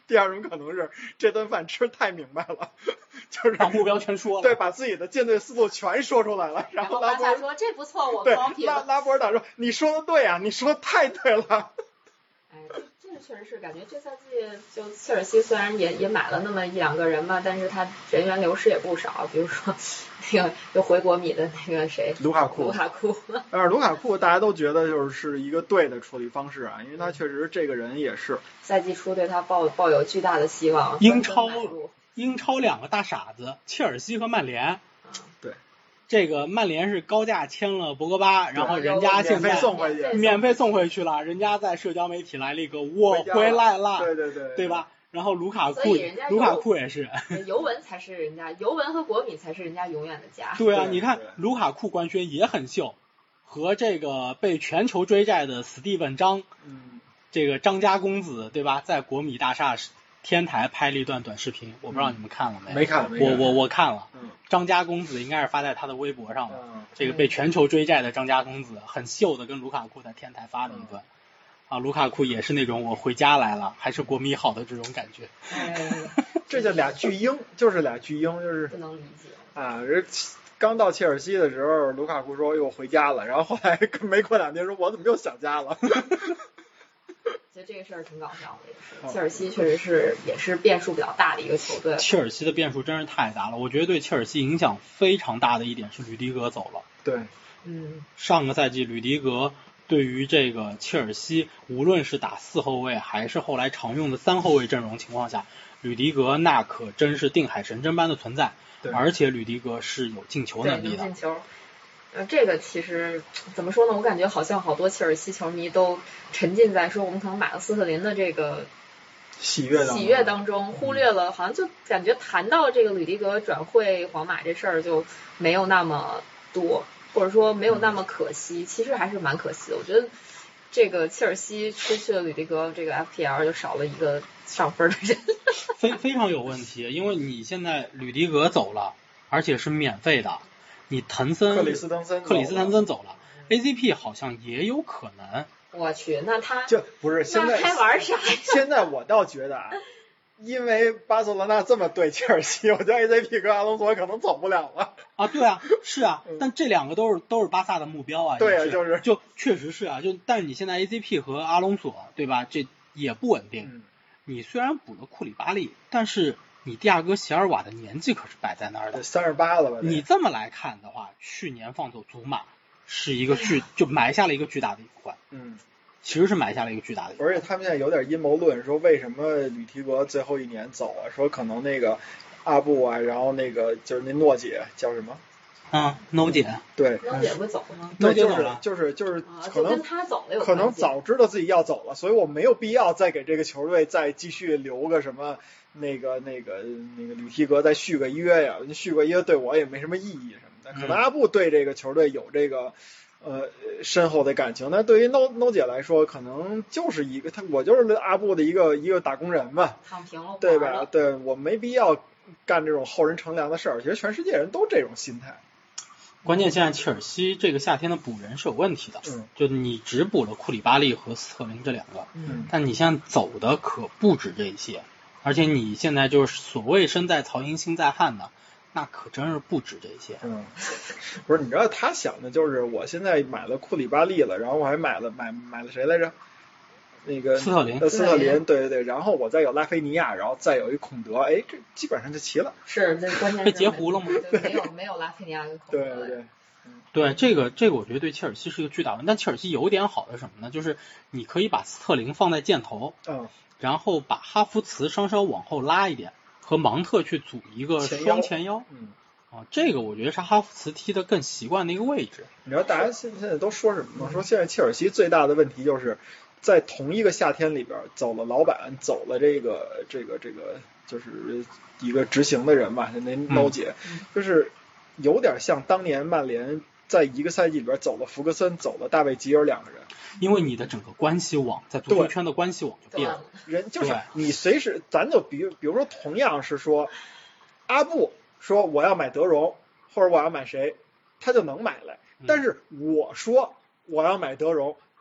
Speaker 2: 第二种可能是这顿饭吃太明白了，就是
Speaker 3: 把目标全说了，
Speaker 2: 对，把自己的舰队思路全说出来了，然后拉波尔
Speaker 1: 说这不错，我
Speaker 2: 对
Speaker 1: 光
Speaker 2: 拉拉波尔塔说你说的对啊，你说的太对了。
Speaker 1: 哎，这这确实是感觉这赛季就切尔西虽然也也买了那么一两个人吧，但是他人员流失也不少，比如说那个又回国米的那个谁
Speaker 2: 卢卡库，
Speaker 1: 卢卡库。
Speaker 2: 但是卢卡库大家都觉得就是一个对的处理方式啊，因为他确实这个人也是
Speaker 1: 赛季初对他抱抱有巨大的希望。
Speaker 3: 英超英超两个大傻子，切尔西和曼联。
Speaker 2: 对。
Speaker 3: 这个曼联是高价签了博格巴，然后人家现在
Speaker 2: 免费送回去，
Speaker 3: 免费送回去了，人家在社交媒体来了一个我回来了，
Speaker 2: 对对对，
Speaker 3: 对吧？然后卢卡库，卢卡库也是，
Speaker 1: 尤文才是人家，尤文和国米才是人家永远的家。
Speaker 3: 对啊，你看卢卡库官宣也很秀，和这个被全球追债的史蒂文张，
Speaker 2: 嗯，
Speaker 3: 这个张家公子，对吧？在国米大厦天台拍了一段短视频，我不知道你们看了没？
Speaker 2: 没看，
Speaker 3: 我我我看了。
Speaker 2: 嗯，
Speaker 3: 张家公子应该是发在他的微博上了。
Speaker 2: 嗯，
Speaker 3: 这个被全球追债的张家公子，很秀的跟卢卡库在天台发了一段。啊，卢卡库也是那种我回家来了，还是国米好的这种感觉。
Speaker 1: 哎，
Speaker 2: 这就俩巨婴，就是俩巨婴，就是
Speaker 1: 不能理解
Speaker 2: 啊。人刚到切尔西的时候，卢卡库说又回家了，然后后来没过两天说，我怎么又想家了？
Speaker 1: 其实这个事儿挺搞笑的，也是切尔西确实是也是变数比较大的一个球队。
Speaker 3: 切尔西的变数真是太大了，我觉得对切尔西影响非常大的一点是吕迪格走了。
Speaker 2: 对，
Speaker 1: 嗯，
Speaker 3: 上个赛季吕迪格对于这个切尔西，无论是打四后卫还是后来常用的三后卫阵容情况下，吕迪格那可真是定海神针般的存在，而且吕迪格是有进球能力的。
Speaker 1: 进球。呃，这个其实怎么说呢？我感觉好像好多切尔西球迷都沉浸在说我们可能买了斯特林的这个
Speaker 2: 喜悦
Speaker 1: 喜悦当中，忽略了好像就感觉谈到这个吕迪格转会皇马这事儿就没有那么多，或者说没有那么可惜。其实还是蛮可惜的。我觉得这个切尔西失去了吕迪格，这个 F P L 就少了一个上分的人，
Speaker 3: 非非常有问题。因为你现在吕迪格走了，而且是免费的。你滕森，
Speaker 2: 克里斯滕森，
Speaker 3: 克里斯滕森走了 ，A C P 好像也有可能。
Speaker 1: 我去，那他
Speaker 2: 就不是现在
Speaker 1: 还玩啥呀？
Speaker 2: 现在我倒觉得啊，因为巴塞罗那这么对切尔西，我觉得 A C P 跟阿隆索可能走不了了。
Speaker 3: 啊，对啊，是啊，但这两个都是都是巴萨的目标啊。
Speaker 2: 对
Speaker 3: 啊，
Speaker 2: 就是
Speaker 3: 就确实是啊，就但是你现在 A C P 和阿隆索，对吧？这也不稳定。
Speaker 2: 嗯、
Speaker 3: 你虽然补了库里巴利，但是你蒂亚戈席尔瓦的年纪可是摆在那儿的，
Speaker 2: 三十八了吧？
Speaker 3: 你这么来看的话，去年放走祖马是一个巨，就埋下了一个巨大的隐患。
Speaker 2: 嗯，
Speaker 3: 其实是埋下了一个巨大的隐患。
Speaker 2: 而且他们现在有点阴谋论，说为什么吕提格最后一年走啊？说可能那个阿布啊，然后那个就是那诺姐叫什么？
Speaker 3: 啊 ，No 姐，
Speaker 2: 对
Speaker 1: ，No 姐不走吗？
Speaker 2: 对，就是就是就是可能、
Speaker 1: 啊、跟他走了有
Speaker 2: 可能早知道自己要走了，所以我没有必要再给这个球队再继续留个什么那个那个那个吕提格再续个约呀，续个约对我也没什么意义什么的。可能阿布对这个球队有这个呃深厚的感情，但对于 No No 姐来说，可能就是一个他我就是阿布的一个一个打工人嘛，
Speaker 1: 躺平了，
Speaker 2: 对吧？对我没必要干这种后人乘凉的事儿。其实全世界人都这种心态。
Speaker 3: 关键现在切尔西这个夏天的补人是有问题的，
Speaker 2: 嗯，
Speaker 3: 就你只补了库里巴利和斯特林这两个，
Speaker 1: 嗯，
Speaker 3: 但你现在走的可不止这些，而且你现在就是所谓身在曹营心在汉的，那可真是不止这些。
Speaker 2: 嗯，不是，你知道他想的就是我现在买了库里巴利了，然后我还买了买买了谁来着？那个
Speaker 3: 斯特林，
Speaker 2: 呃，斯特林，对对对，然后我再有拉菲尼亚，然后再有一孔德，哎，这基本上就齐了。
Speaker 1: 是，这关键
Speaker 3: 被截胡了吗？
Speaker 1: 没有没有拉菲尼亚跟孔德。
Speaker 2: 对对对。
Speaker 3: 对，这个这个我觉得对切尔西是一个巨大问题，但切尔西有点好的什么呢？就是你可以把斯特林放在箭头，
Speaker 2: 嗯，
Speaker 3: 然后把哈弗茨稍稍往后拉一点，和芒特去组一个双前腰，
Speaker 2: 嗯，
Speaker 3: 啊，这个我觉得是哈弗茨踢得更习惯的一个位置。
Speaker 2: 你知道大家现现在都说什么吗？说现在切尔西最大的问题就是在同一个夏天里边走了老板，走了这个这个这个就是一个执行的人吧，那 No 姐，
Speaker 1: 嗯、
Speaker 2: 就是有点像当年曼联。在一个赛季里边走了福格森，走了大卫吉尔两个人，
Speaker 3: 因为你的整个关系网在足球圈的关系网就变了。
Speaker 2: 人就是你随时，咱就比比如说，同样是说，阿布说我要买德容，或者我要买谁，他就能买来。但是我说我要买德容，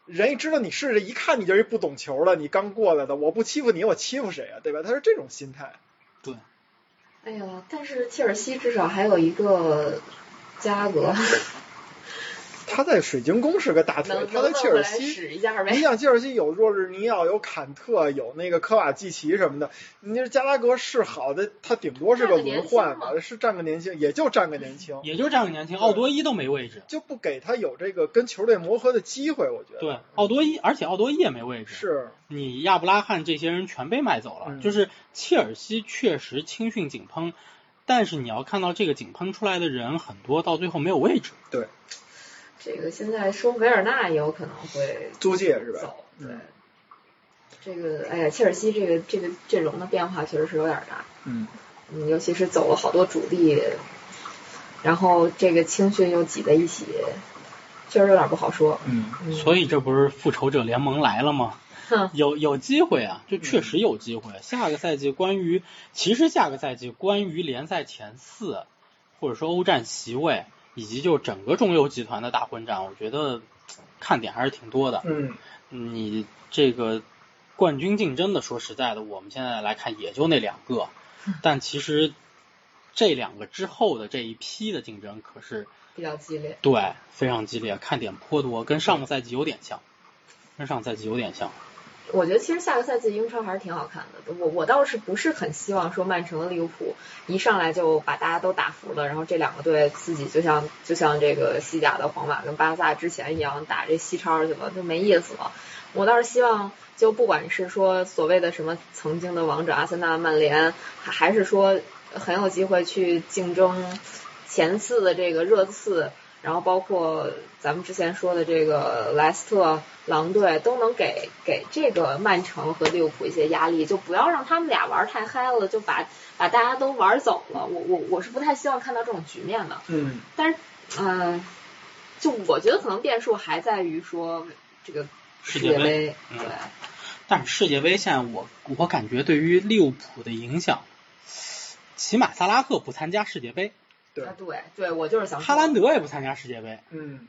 Speaker 2: 人一知道你是一看你就是一不懂球的，你刚过来的，我不欺负你，我欺负谁啊？对吧？他是这种心态。
Speaker 3: 对。
Speaker 1: 哎呀，但是切尔西至少还有一个加拉格。
Speaker 2: 他在水晶宫是个大腿，他在切尔西，你想切尔西有若日尼奥，有坎特，有那个科瓦季奇什么的，你这加拉格是好的，他顶多是个轮换吧，是占个年轻，也就占个年轻，
Speaker 3: 也就占个年轻，奥多伊都没位置，
Speaker 2: 就不给他有这个跟球队磨合的机会，我觉得。
Speaker 3: 对，奥多伊，而且奥多伊也没位置，
Speaker 2: 是
Speaker 3: 你亚布拉罕这些人全被卖走了，
Speaker 2: 嗯、
Speaker 3: 就是切尔西确实青训井喷，但是你要看到这个井喷出来的人很多到最后没有位置。
Speaker 2: 对。
Speaker 1: 这个现在说维尔纳也有可能会
Speaker 2: 租借是吧？
Speaker 1: 走，对。
Speaker 2: 嗯、
Speaker 1: 这个哎呀，切尔西这个这个阵容的变化确实是有点大。
Speaker 2: 嗯。
Speaker 1: 嗯，尤其是走了好多主力，然后这个青训又挤在一起，确实有点不好说。
Speaker 2: 嗯。
Speaker 1: 嗯
Speaker 3: 所以这不是复仇者联盟来了吗？有有机会啊，就确实有机会。
Speaker 2: 嗯、
Speaker 3: 下个赛季关于，其实下个赛季关于联赛前四，或者说欧战席位。以及就整个中游集团的大混战，我觉得看点还是挺多的。
Speaker 2: 嗯，
Speaker 3: 你这个冠军竞争的，说实在的，我们现在来看也就那两个，但其实这两个之后的这一批的竞争可是
Speaker 1: 比较激烈，
Speaker 3: 对，非常激烈，看点颇多，跟上个赛季有点像，跟上个赛季有点像。
Speaker 1: 我觉得其实下个赛季英超还是挺好看的。我我倒是不是很希望说曼城和利物浦一上来就把大家都打服了，然后这两个队自己就像就像这个西甲的皇马跟巴萨之前一样打这西超去了，就没意思了。我倒是希望就不管是说所谓的什么曾经的王者阿森纳、曼联，还是说很有机会去竞争前四的这个热刺。然后包括咱们之前说的这个莱斯特、狼队都能给给这个曼城和利物浦一些压力，就不要让他们俩玩太嗨了，就把把大家都玩走了。我我我是不太希望看到这种局面的。
Speaker 2: 嗯。
Speaker 1: 但是，嗯、呃，就我觉得可能变数还在于说这个世界杯，
Speaker 3: 嗯、
Speaker 1: 对。
Speaker 3: 但是世界杯现在我我感觉对于利物浦的影响，起码萨拉赫不参加世界杯。
Speaker 2: 对、
Speaker 1: 啊、对对，我就是想说
Speaker 3: 哈兰德也不参加世界杯。
Speaker 2: 嗯。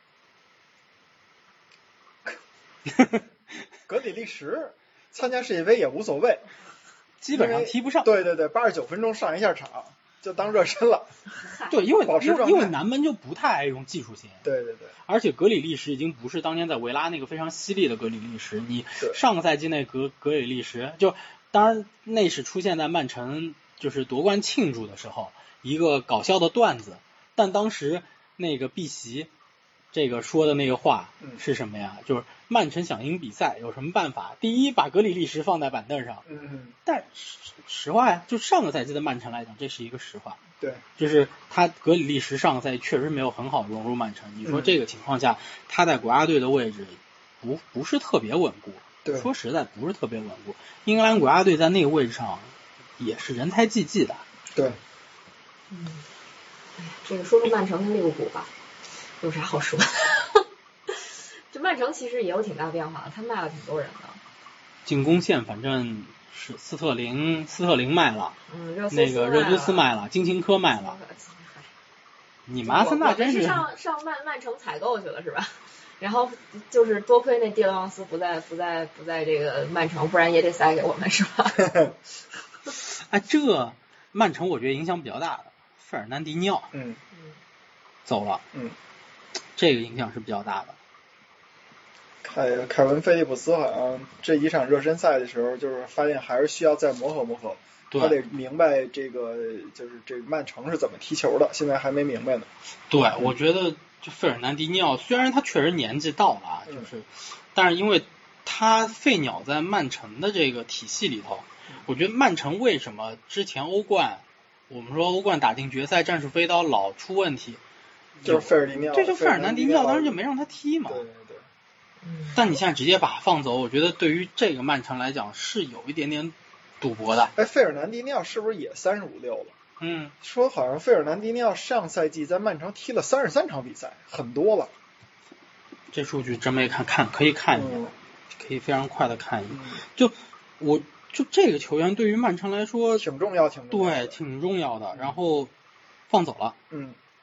Speaker 2: 格里利什参加世界杯也无所谓，
Speaker 3: 基本上踢不上。
Speaker 2: 对对对，八十九分钟上一下场就当热身了。
Speaker 3: 对，因为因为因为南门就不太爱用技术型。
Speaker 2: 对对对。
Speaker 3: 而且格里利什已经不是当年在维拉那个非常犀利的格里利什，你上个赛季那格格里利什就当然那是出现在曼城就是夺冠庆祝的时候。一个搞笑的段子，但当时那个碧玺这个说的那个话是什么呀？嗯、就是曼城想赢比赛有什么办法？第一，把格里利什放在板凳上。
Speaker 2: 嗯。
Speaker 3: 但实话呀，就上个赛季的曼城来讲，这是一个实话。
Speaker 2: 对。
Speaker 3: 就是他格里利什上个赛季确实没有很好融入曼城。你说这个情况下，嗯、他在国家队的位置不不是特别稳固。
Speaker 2: 对。
Speaker 3: 说实在不是特别稳固。英格兰国家队在那个位置上也是人才济济的。
Speaker 2: 对。
Speaker 1: 嗯，哎呀，这个说说曼城跟利物浦吧，有啥好说的？这曼城其实也有挺大变化的，他卖了挺多人的。
Speaker 3: 进攻线反正是斯特林，斯特林卖了，
Speaker 1: 嗯，热
Speaker 3: 那个热苏斯卖了，金琴科卖了。你们阿森纳真
Speaker 1: 是上上曼曼城采购去了是吧？然后就是多亏那蒂勒旺斯不在不在不在这个曼城，不然也得塞给我们是吧？
Speaker 3: 哎，这曼城我觉得影响比较大的。费尔南迪尼奥，
Speaker 2: 嗯，
Speaker 3: 走了，
Speaker 2: 嗯，
Speaker 3: 这个影响是比较大的。
Speaker 2: 凯凯文菲利普斯好像这一场热身赛的时候，就是发现还是需要再磨合磨合，他得明白这个就是这曼城是怎么踢球的，现在还没明白呢。
Speaker 3: 对，嗯、我觉得就费尔南迪尼奥虽然他确实年纪到了啊，就是，嗯、但是因为他费鸟在曼城的这个体系里头，嗯、我觉得曼城为什么之前欧冠。我们说欧冠打进决赛，战术飞刀老出问题，
Speaker 2: 就是费尔迪尼奥，
Speaker 3: 这就费尔南迪尼奥当时就没让他踢嘛。
Speaker 2: 对对对。
Speaker 1: 嗯。
Speaker 3: 但你现在直接把他放走，我觉得对于这个曼城来讲是有一点点赌博的。
Speaker 2: 哎，费尔南迪尼奥是不是也三十五六了？
Speaker 3: 嗯。
Speaker 2: 说好像费尔南迪尼奥上赛季在曼城踢了三十三场比赛，很多了。
Speaker 3: 这数据真没看，看可以看一眼，
Speaker 2: 嗯、
Speaker 3: 可以非常快的看一眼。
Speaker 2: 嗯、
Speaker 3: 就我。就这个球员对于曼城来说
Speaker 2: 挺重要，挺重要
Speaker 3: 对，挺重要的。然后放走了，
Speaker 2: 嗯，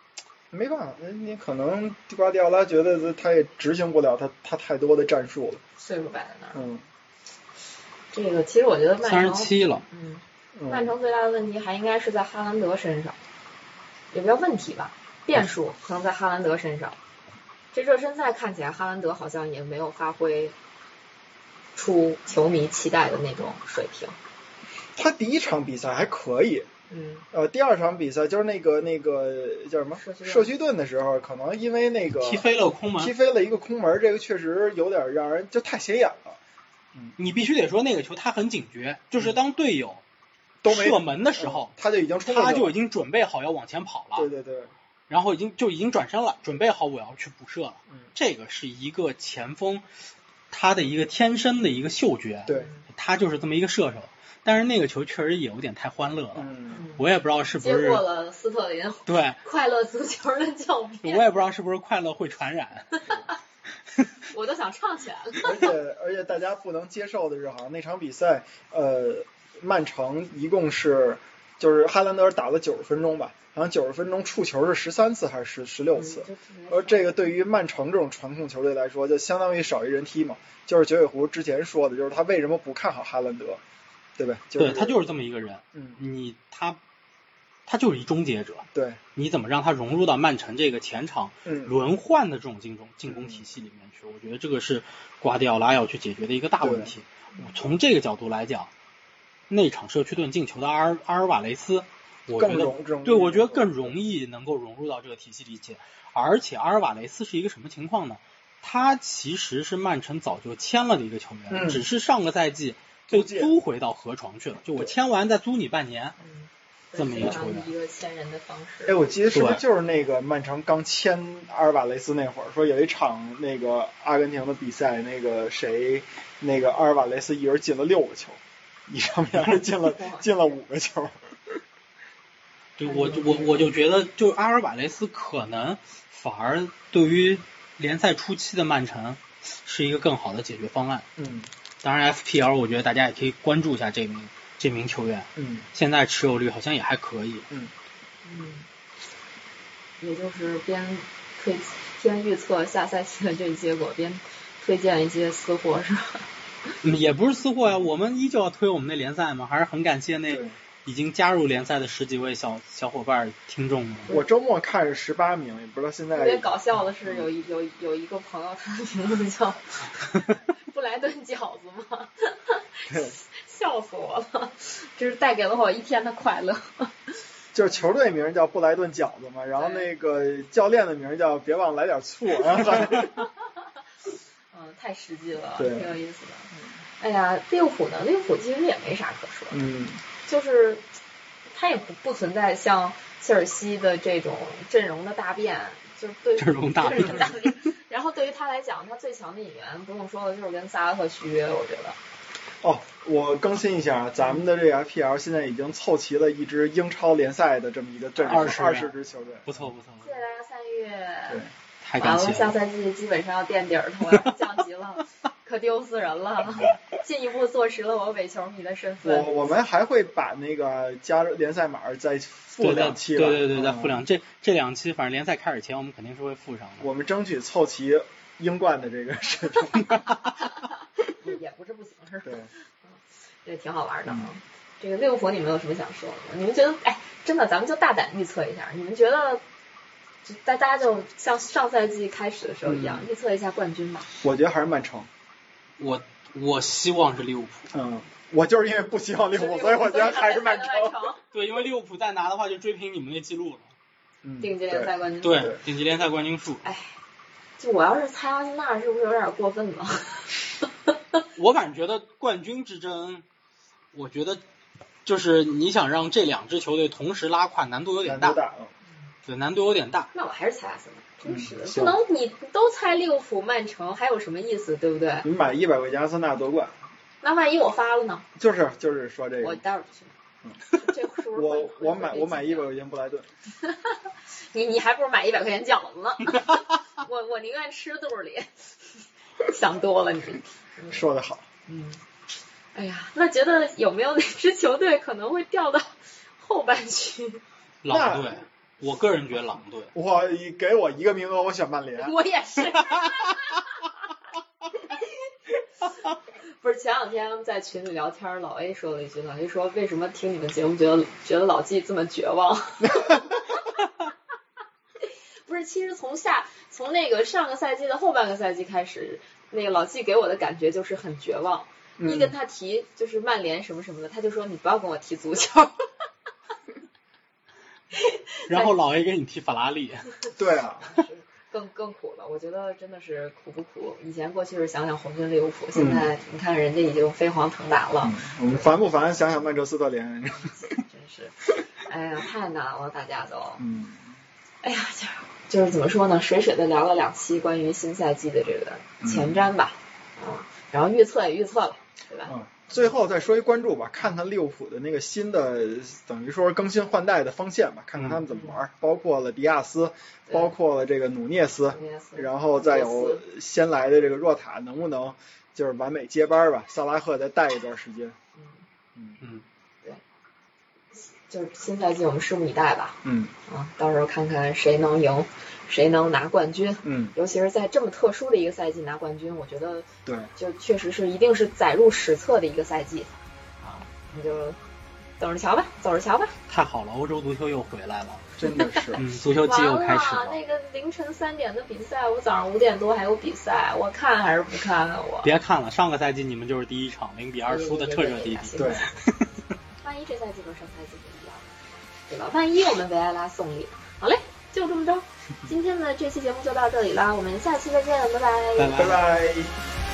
Speaker 2: 没办法，那你可能瓜迪奥拉觉得他也执行不了他他太多的战术了，
Speaker 1: 岁数摆在那儿。
Speaker 2: 嗯，
Speaker 1: 这个其实我觉得曼城
Speaker 3: 三十七了，
Speaker 1: 嗯，
Speaker 2: 嗯
Speaker 1: 曼城最大的问题还应该是在哈兰德身上，也不叫问题吧，变数可能在哈兰德身上。这热身赛看起来哈兰德好像也没有发挥出球迷期待的那种水平。
Speaker 2: 他第一场比赛还可以，
Speaker 1: 嗯，
Speaker 2: 呃，第二场比赛就是那个那个叫什么
Speaker 1: 社区盾
Speaker 2: 社区盾的时候，可能因为那个
Speaker 3: 踢飞了空门，
Speaker 2: 踢飞了一个空门，这个确实有点让人就太显眼了。
Speaker 3: 你必须得说那个球他很警觉，就是当队友
Speaker 2: 都没
Speaker 3: 射门的时候，
Speaker 2: 嗯他就已经冲过去了，
Speaker 3: 他就已经准备好要往前跑了，
Speaker 2: 对对对，
Speaker 3: 然后已经就已经转身了，准备好我要去补射了。
Speaker 2: 嗯
Speaker 3: 这个是一个前锋他的一个天生的一个嗅觉，
Speaker 2: 对，
Speaker 3: 他就是这么一个射手。但是那个球确实也有点太欢乐了，
Speaker 2: 嗯，
Speaker 3: 我也不知道是不
Speaker 1: 接
Speaker 3: 是
Speaker 1: 过了斯特林
Speaker 3: 对
Speaker 1: 快乐足球的教鞭，
Speaker 3: 我也不知道是不是快乐会传染。
Speaker 1: 我都想唱起来了。
Speaker 2: 而且而且大家不能接受的是，好像那场比赛，呃，曼城一共是就是哈兰德打了九十分钟吧，然后九十分钟触球是十三次还是十十六次，
Speaker 1: 嗯
Speaker 2: 而这个对于曼城这种传控球队来说，就相当于少一人踢嘛。就是九尾狐之前说的，就是他为什么不看好哈兰德，对吧？就是、
Speaker 3: 对他就是这么一个人，
Speaker 2: 嗯，
Speaker 3: 你他他就是一终结者，
Speaker 2: 对，
Speaker 3: 你怎么让他融入到曼城这个前场
Speaker 2: 嗯
Speaker 3: 轮换的这种进攻进攻体系里面去？我觉得这个是瓜迪奥拉要去解决的一个大问题。从这个角度来讲，那场社区盾进球的阿尔阿尔瓦雷斯，我觉
Speaker 2: 更容
Speaker 3: 得对，我觉得更容易能够融入到这个体系里去。而且阿尔瓦雷斯是一个什么情况呢？他其实是曼城早就签了的一个球员，
Speaker 2: 嗯、
Speaker 3: 只是上个赛季被租回到河床去了，就我签完再租你半年，
Speaker 1: 嗯，
Speaker 3: 这么一个球员，
Speaker 1: 一个签人的方式。
Speaker 2: 哎，我记得是不是就是那个曼城刚签阿尔瓦雷斯那会儿，说有一场那个阿根廷的比赛，那个谁，那个阿尔瓦雷斯一人进了六个球，一场比赛进了进了五个球。
Speaker 3: 对，我我我就觉得，就阿尔瓦雷斯可能反而对于联赛初期的曼城是一个更好的解决方案。
Speaker 2: 嗯，
Speaker 3: 当然 F P L 我觉得大家也可以关注一下这名这名球员。
Speaker 2: 嗯，
Speaker 3: 现在持有率好像也还可以。
Speaker 2: 嗯
Speaker 1: 嗯，也就是边推边预测下赛季的这个结果，边推荐一些私货是吧？
Speaker 3: 嗯，也不是私货呀，我们依旧要推我们的联赛嘛，还是很感谢那已经加入联赛的十几位小小伙伴听众们。
Speaker 2: 我周末看是十八名，也不知道现在。
Speaker 1: 特别搞笑的是，有一有有一个朋友，他的名字叫布莱顿饺子嘛，笑死我了，这是带给了我一天的快乐。
Speaker 2: 就是球队名叫布莱顿饺子嘛，然后那个教练的名叫别忘了来点醋，然后
Speaker 1: 嗯，太实际了，
Speaker 2: 对
Speaker 1: 挺有意思的。嗯，哎呀，利物浦呢？利物浦其实也没啥可说的，
Speaker 2: 嗯，
Speaker 1: 就是他也不不存在像切尔西的这种阵容的大变，就是对
Speaker 3: 阵容大变。
Speaker 1: 阵容大变。然后对于他来讲，他最强的引援不用说的就是跟萨拉赫续约，我觉得。
Speaker 2: 哦，我更新一下，咱们的这个 F P L 现在已经凑齐了一支英超联赛的这么一个阵容，
Speaker 3: 二十
Speaker 2: 二十支球队，
Speaker 3: 不错不错。
Speaker 1: 谢谢大家参与。
Speaker 2: 对，
Speaker 3: 太感谢了。
Speaker 1: 完了，下赛季基本上要垫底儿，我要降级了，可丢死人了，进一步坐实了我伪球迷的身份。
Speaker 2: 我我们还会把那个加联赛码再附两期吧，
Speaker 3: 对对对，再附两、
Speaker 2: 嗯、
Speaker 3: 这这两期，反正联赛开始前我们肯定是会附上的。
Speaker 2: 我们争取凑齐英冠的这个水平。
Speaker 1: 也不是不行，是吧？
Speaker 2: 对，
Speaker 1: 这挺好玩的啊。
Speaker 2: 嗯、
Speaker 1: 这个利物浦，你们有什么想说的吗？你们觉得，哎，真的，咱们就大胆预测一下，你们觉得，大家就像上赛季开始的时候一样，嗯、预测一下冠军吧。
Speaker 2: 我觉得还是曼城。
Speaker 3: 我我希望是利物浦。
Speaker 2: 嗯，我就是因为不希望利物浦，所以我觉得还是曼城。
Speaker 3: 对，因为利物浦再拿的话，就追平你们那记录了。
Speaker 2: 嗯，
Speaker 1: 顶级联赛冠军。
Speaker 3: 对，对顶级联赛冠军数。
Speaker 1: 哎。就我要是猜阿森纳，是不是有点过分了？
Speaker 3: 我反正觉得冠军之争，我觉得就是你想让这两支球队同时拉胯，难度有点大。
Speaker 2: 难度大，嗯，
Speaker 3: 对，难度有点大。
Speaker 1: 那我还是猜阿森纳，真是的，
Speaker 2: 嗯、
Speaker 1: 不能你都猜利物浦、曼城，还有什么意思，对不对？
Speaker 2: 你买一百块钱阿森纳夺冠，
Speaker 1: 那万一我发了呢？
Speaker 2: 就是就是说这个，
Speaker 1: 我待会儿去买。
Speaker 2: 嗯，
Speaker 1: 这是不是
Speaker 2: 我我买我买一百块钱布莱顿。
Speaker 1: 你你还不如买一百块钱饺子呢。我我宁愿吃肚里。想多了你。
Speaker 2: 说得好。
Speaker 1: 嗯。哎呀，那觉得有没有哪支球队可能会掉到后半区？
Speaker 3: 老队。 我个人觉得狼队。
Speaker 2: 我给我一个名额，我选曼联。
Speaker 1: 我也是。不是前两天在群里聊天，老 A 说了一句，老 A 说为什么听你们节目觉得觉得老纪这么绝望？不是，其实从下从那个上个赛季的后半个赛季开始，那个老纪给我的感觉就是很绝望。
Speaker 2: 嗯、
Speaker 1: 一跟他提就是曼联什么什么的，他就说你不要跟我提足球。
Speaker 3: 然后老 A 给你提法拉利。
Speaker 2: 对啊。
Speaker 1: 更更苦了，我觉得真的是苦不苦。以前过去是想想红军利物浦，现在你看人家已经飞黄腾达了。
Speaker 2: 嗯、我们烦不烦？想想曼彻斯特联。
Speaker 1: 真是，哎呀，太难了，大家都。
Speaker 2: 嗯。
Speaker 1: 哎呀，就是就是怎么说呢？水水的聊了两期关于新赛季的这个前瞻吧，嗯，嗯然后预测也预测了，对吧？
Speaker 2: 嗯。最后再说一关注吧，看看利物浦的那个新的等于说更新换代的锋线吧，看看他们怎么玩，嗯、包括了迪亚斯，包括了这个努涅斯，然后再有先来的这个若塔能不能就是完美接班吧，萨拉赫再带一段时间。
Speaker 1: 嗯
Speaker 2: 嗯
Speaker 3: 嗯，
Speaker 1: 对，就是新赛季我们拭目以待吧。
Speaker 2: 嗯
Speaker 1: 啊，到时候看看谁能赢。谁能拿冠军？
Speaker 2: 嗯，
Speaker 1: 尤其是在这么特殊的一个赛季拿冠军，我觉得
Speaker 2: 对，
Speaker 1: 就确实是一定是载入史册的一个赛季啊！你就等着瞧吧，走着瞧吧。
Speaker 3: 太好了，欧洲足球又回来了，
Speaker 2: 真的是，
Speaker 3: 嗯，足球季又开始了。
Speaker 1: 那个凌晨三点的比赛，我早上五点多还有比赛，我看还是不看啊？我
Speaker 3: 别看了，上个赛季你们就是第一场零比二输的彻彻底底。
Speaker 2: 对，
Speaker 1: 万一这赛季和上赛季不一样，对吧？万一我们维埃拉送礼，好嘞，就这么着。今天的这期节目就到这里啦，我们下期再见，拜拜，
Speaker 3: 拜
Speaker 2: 拜拜。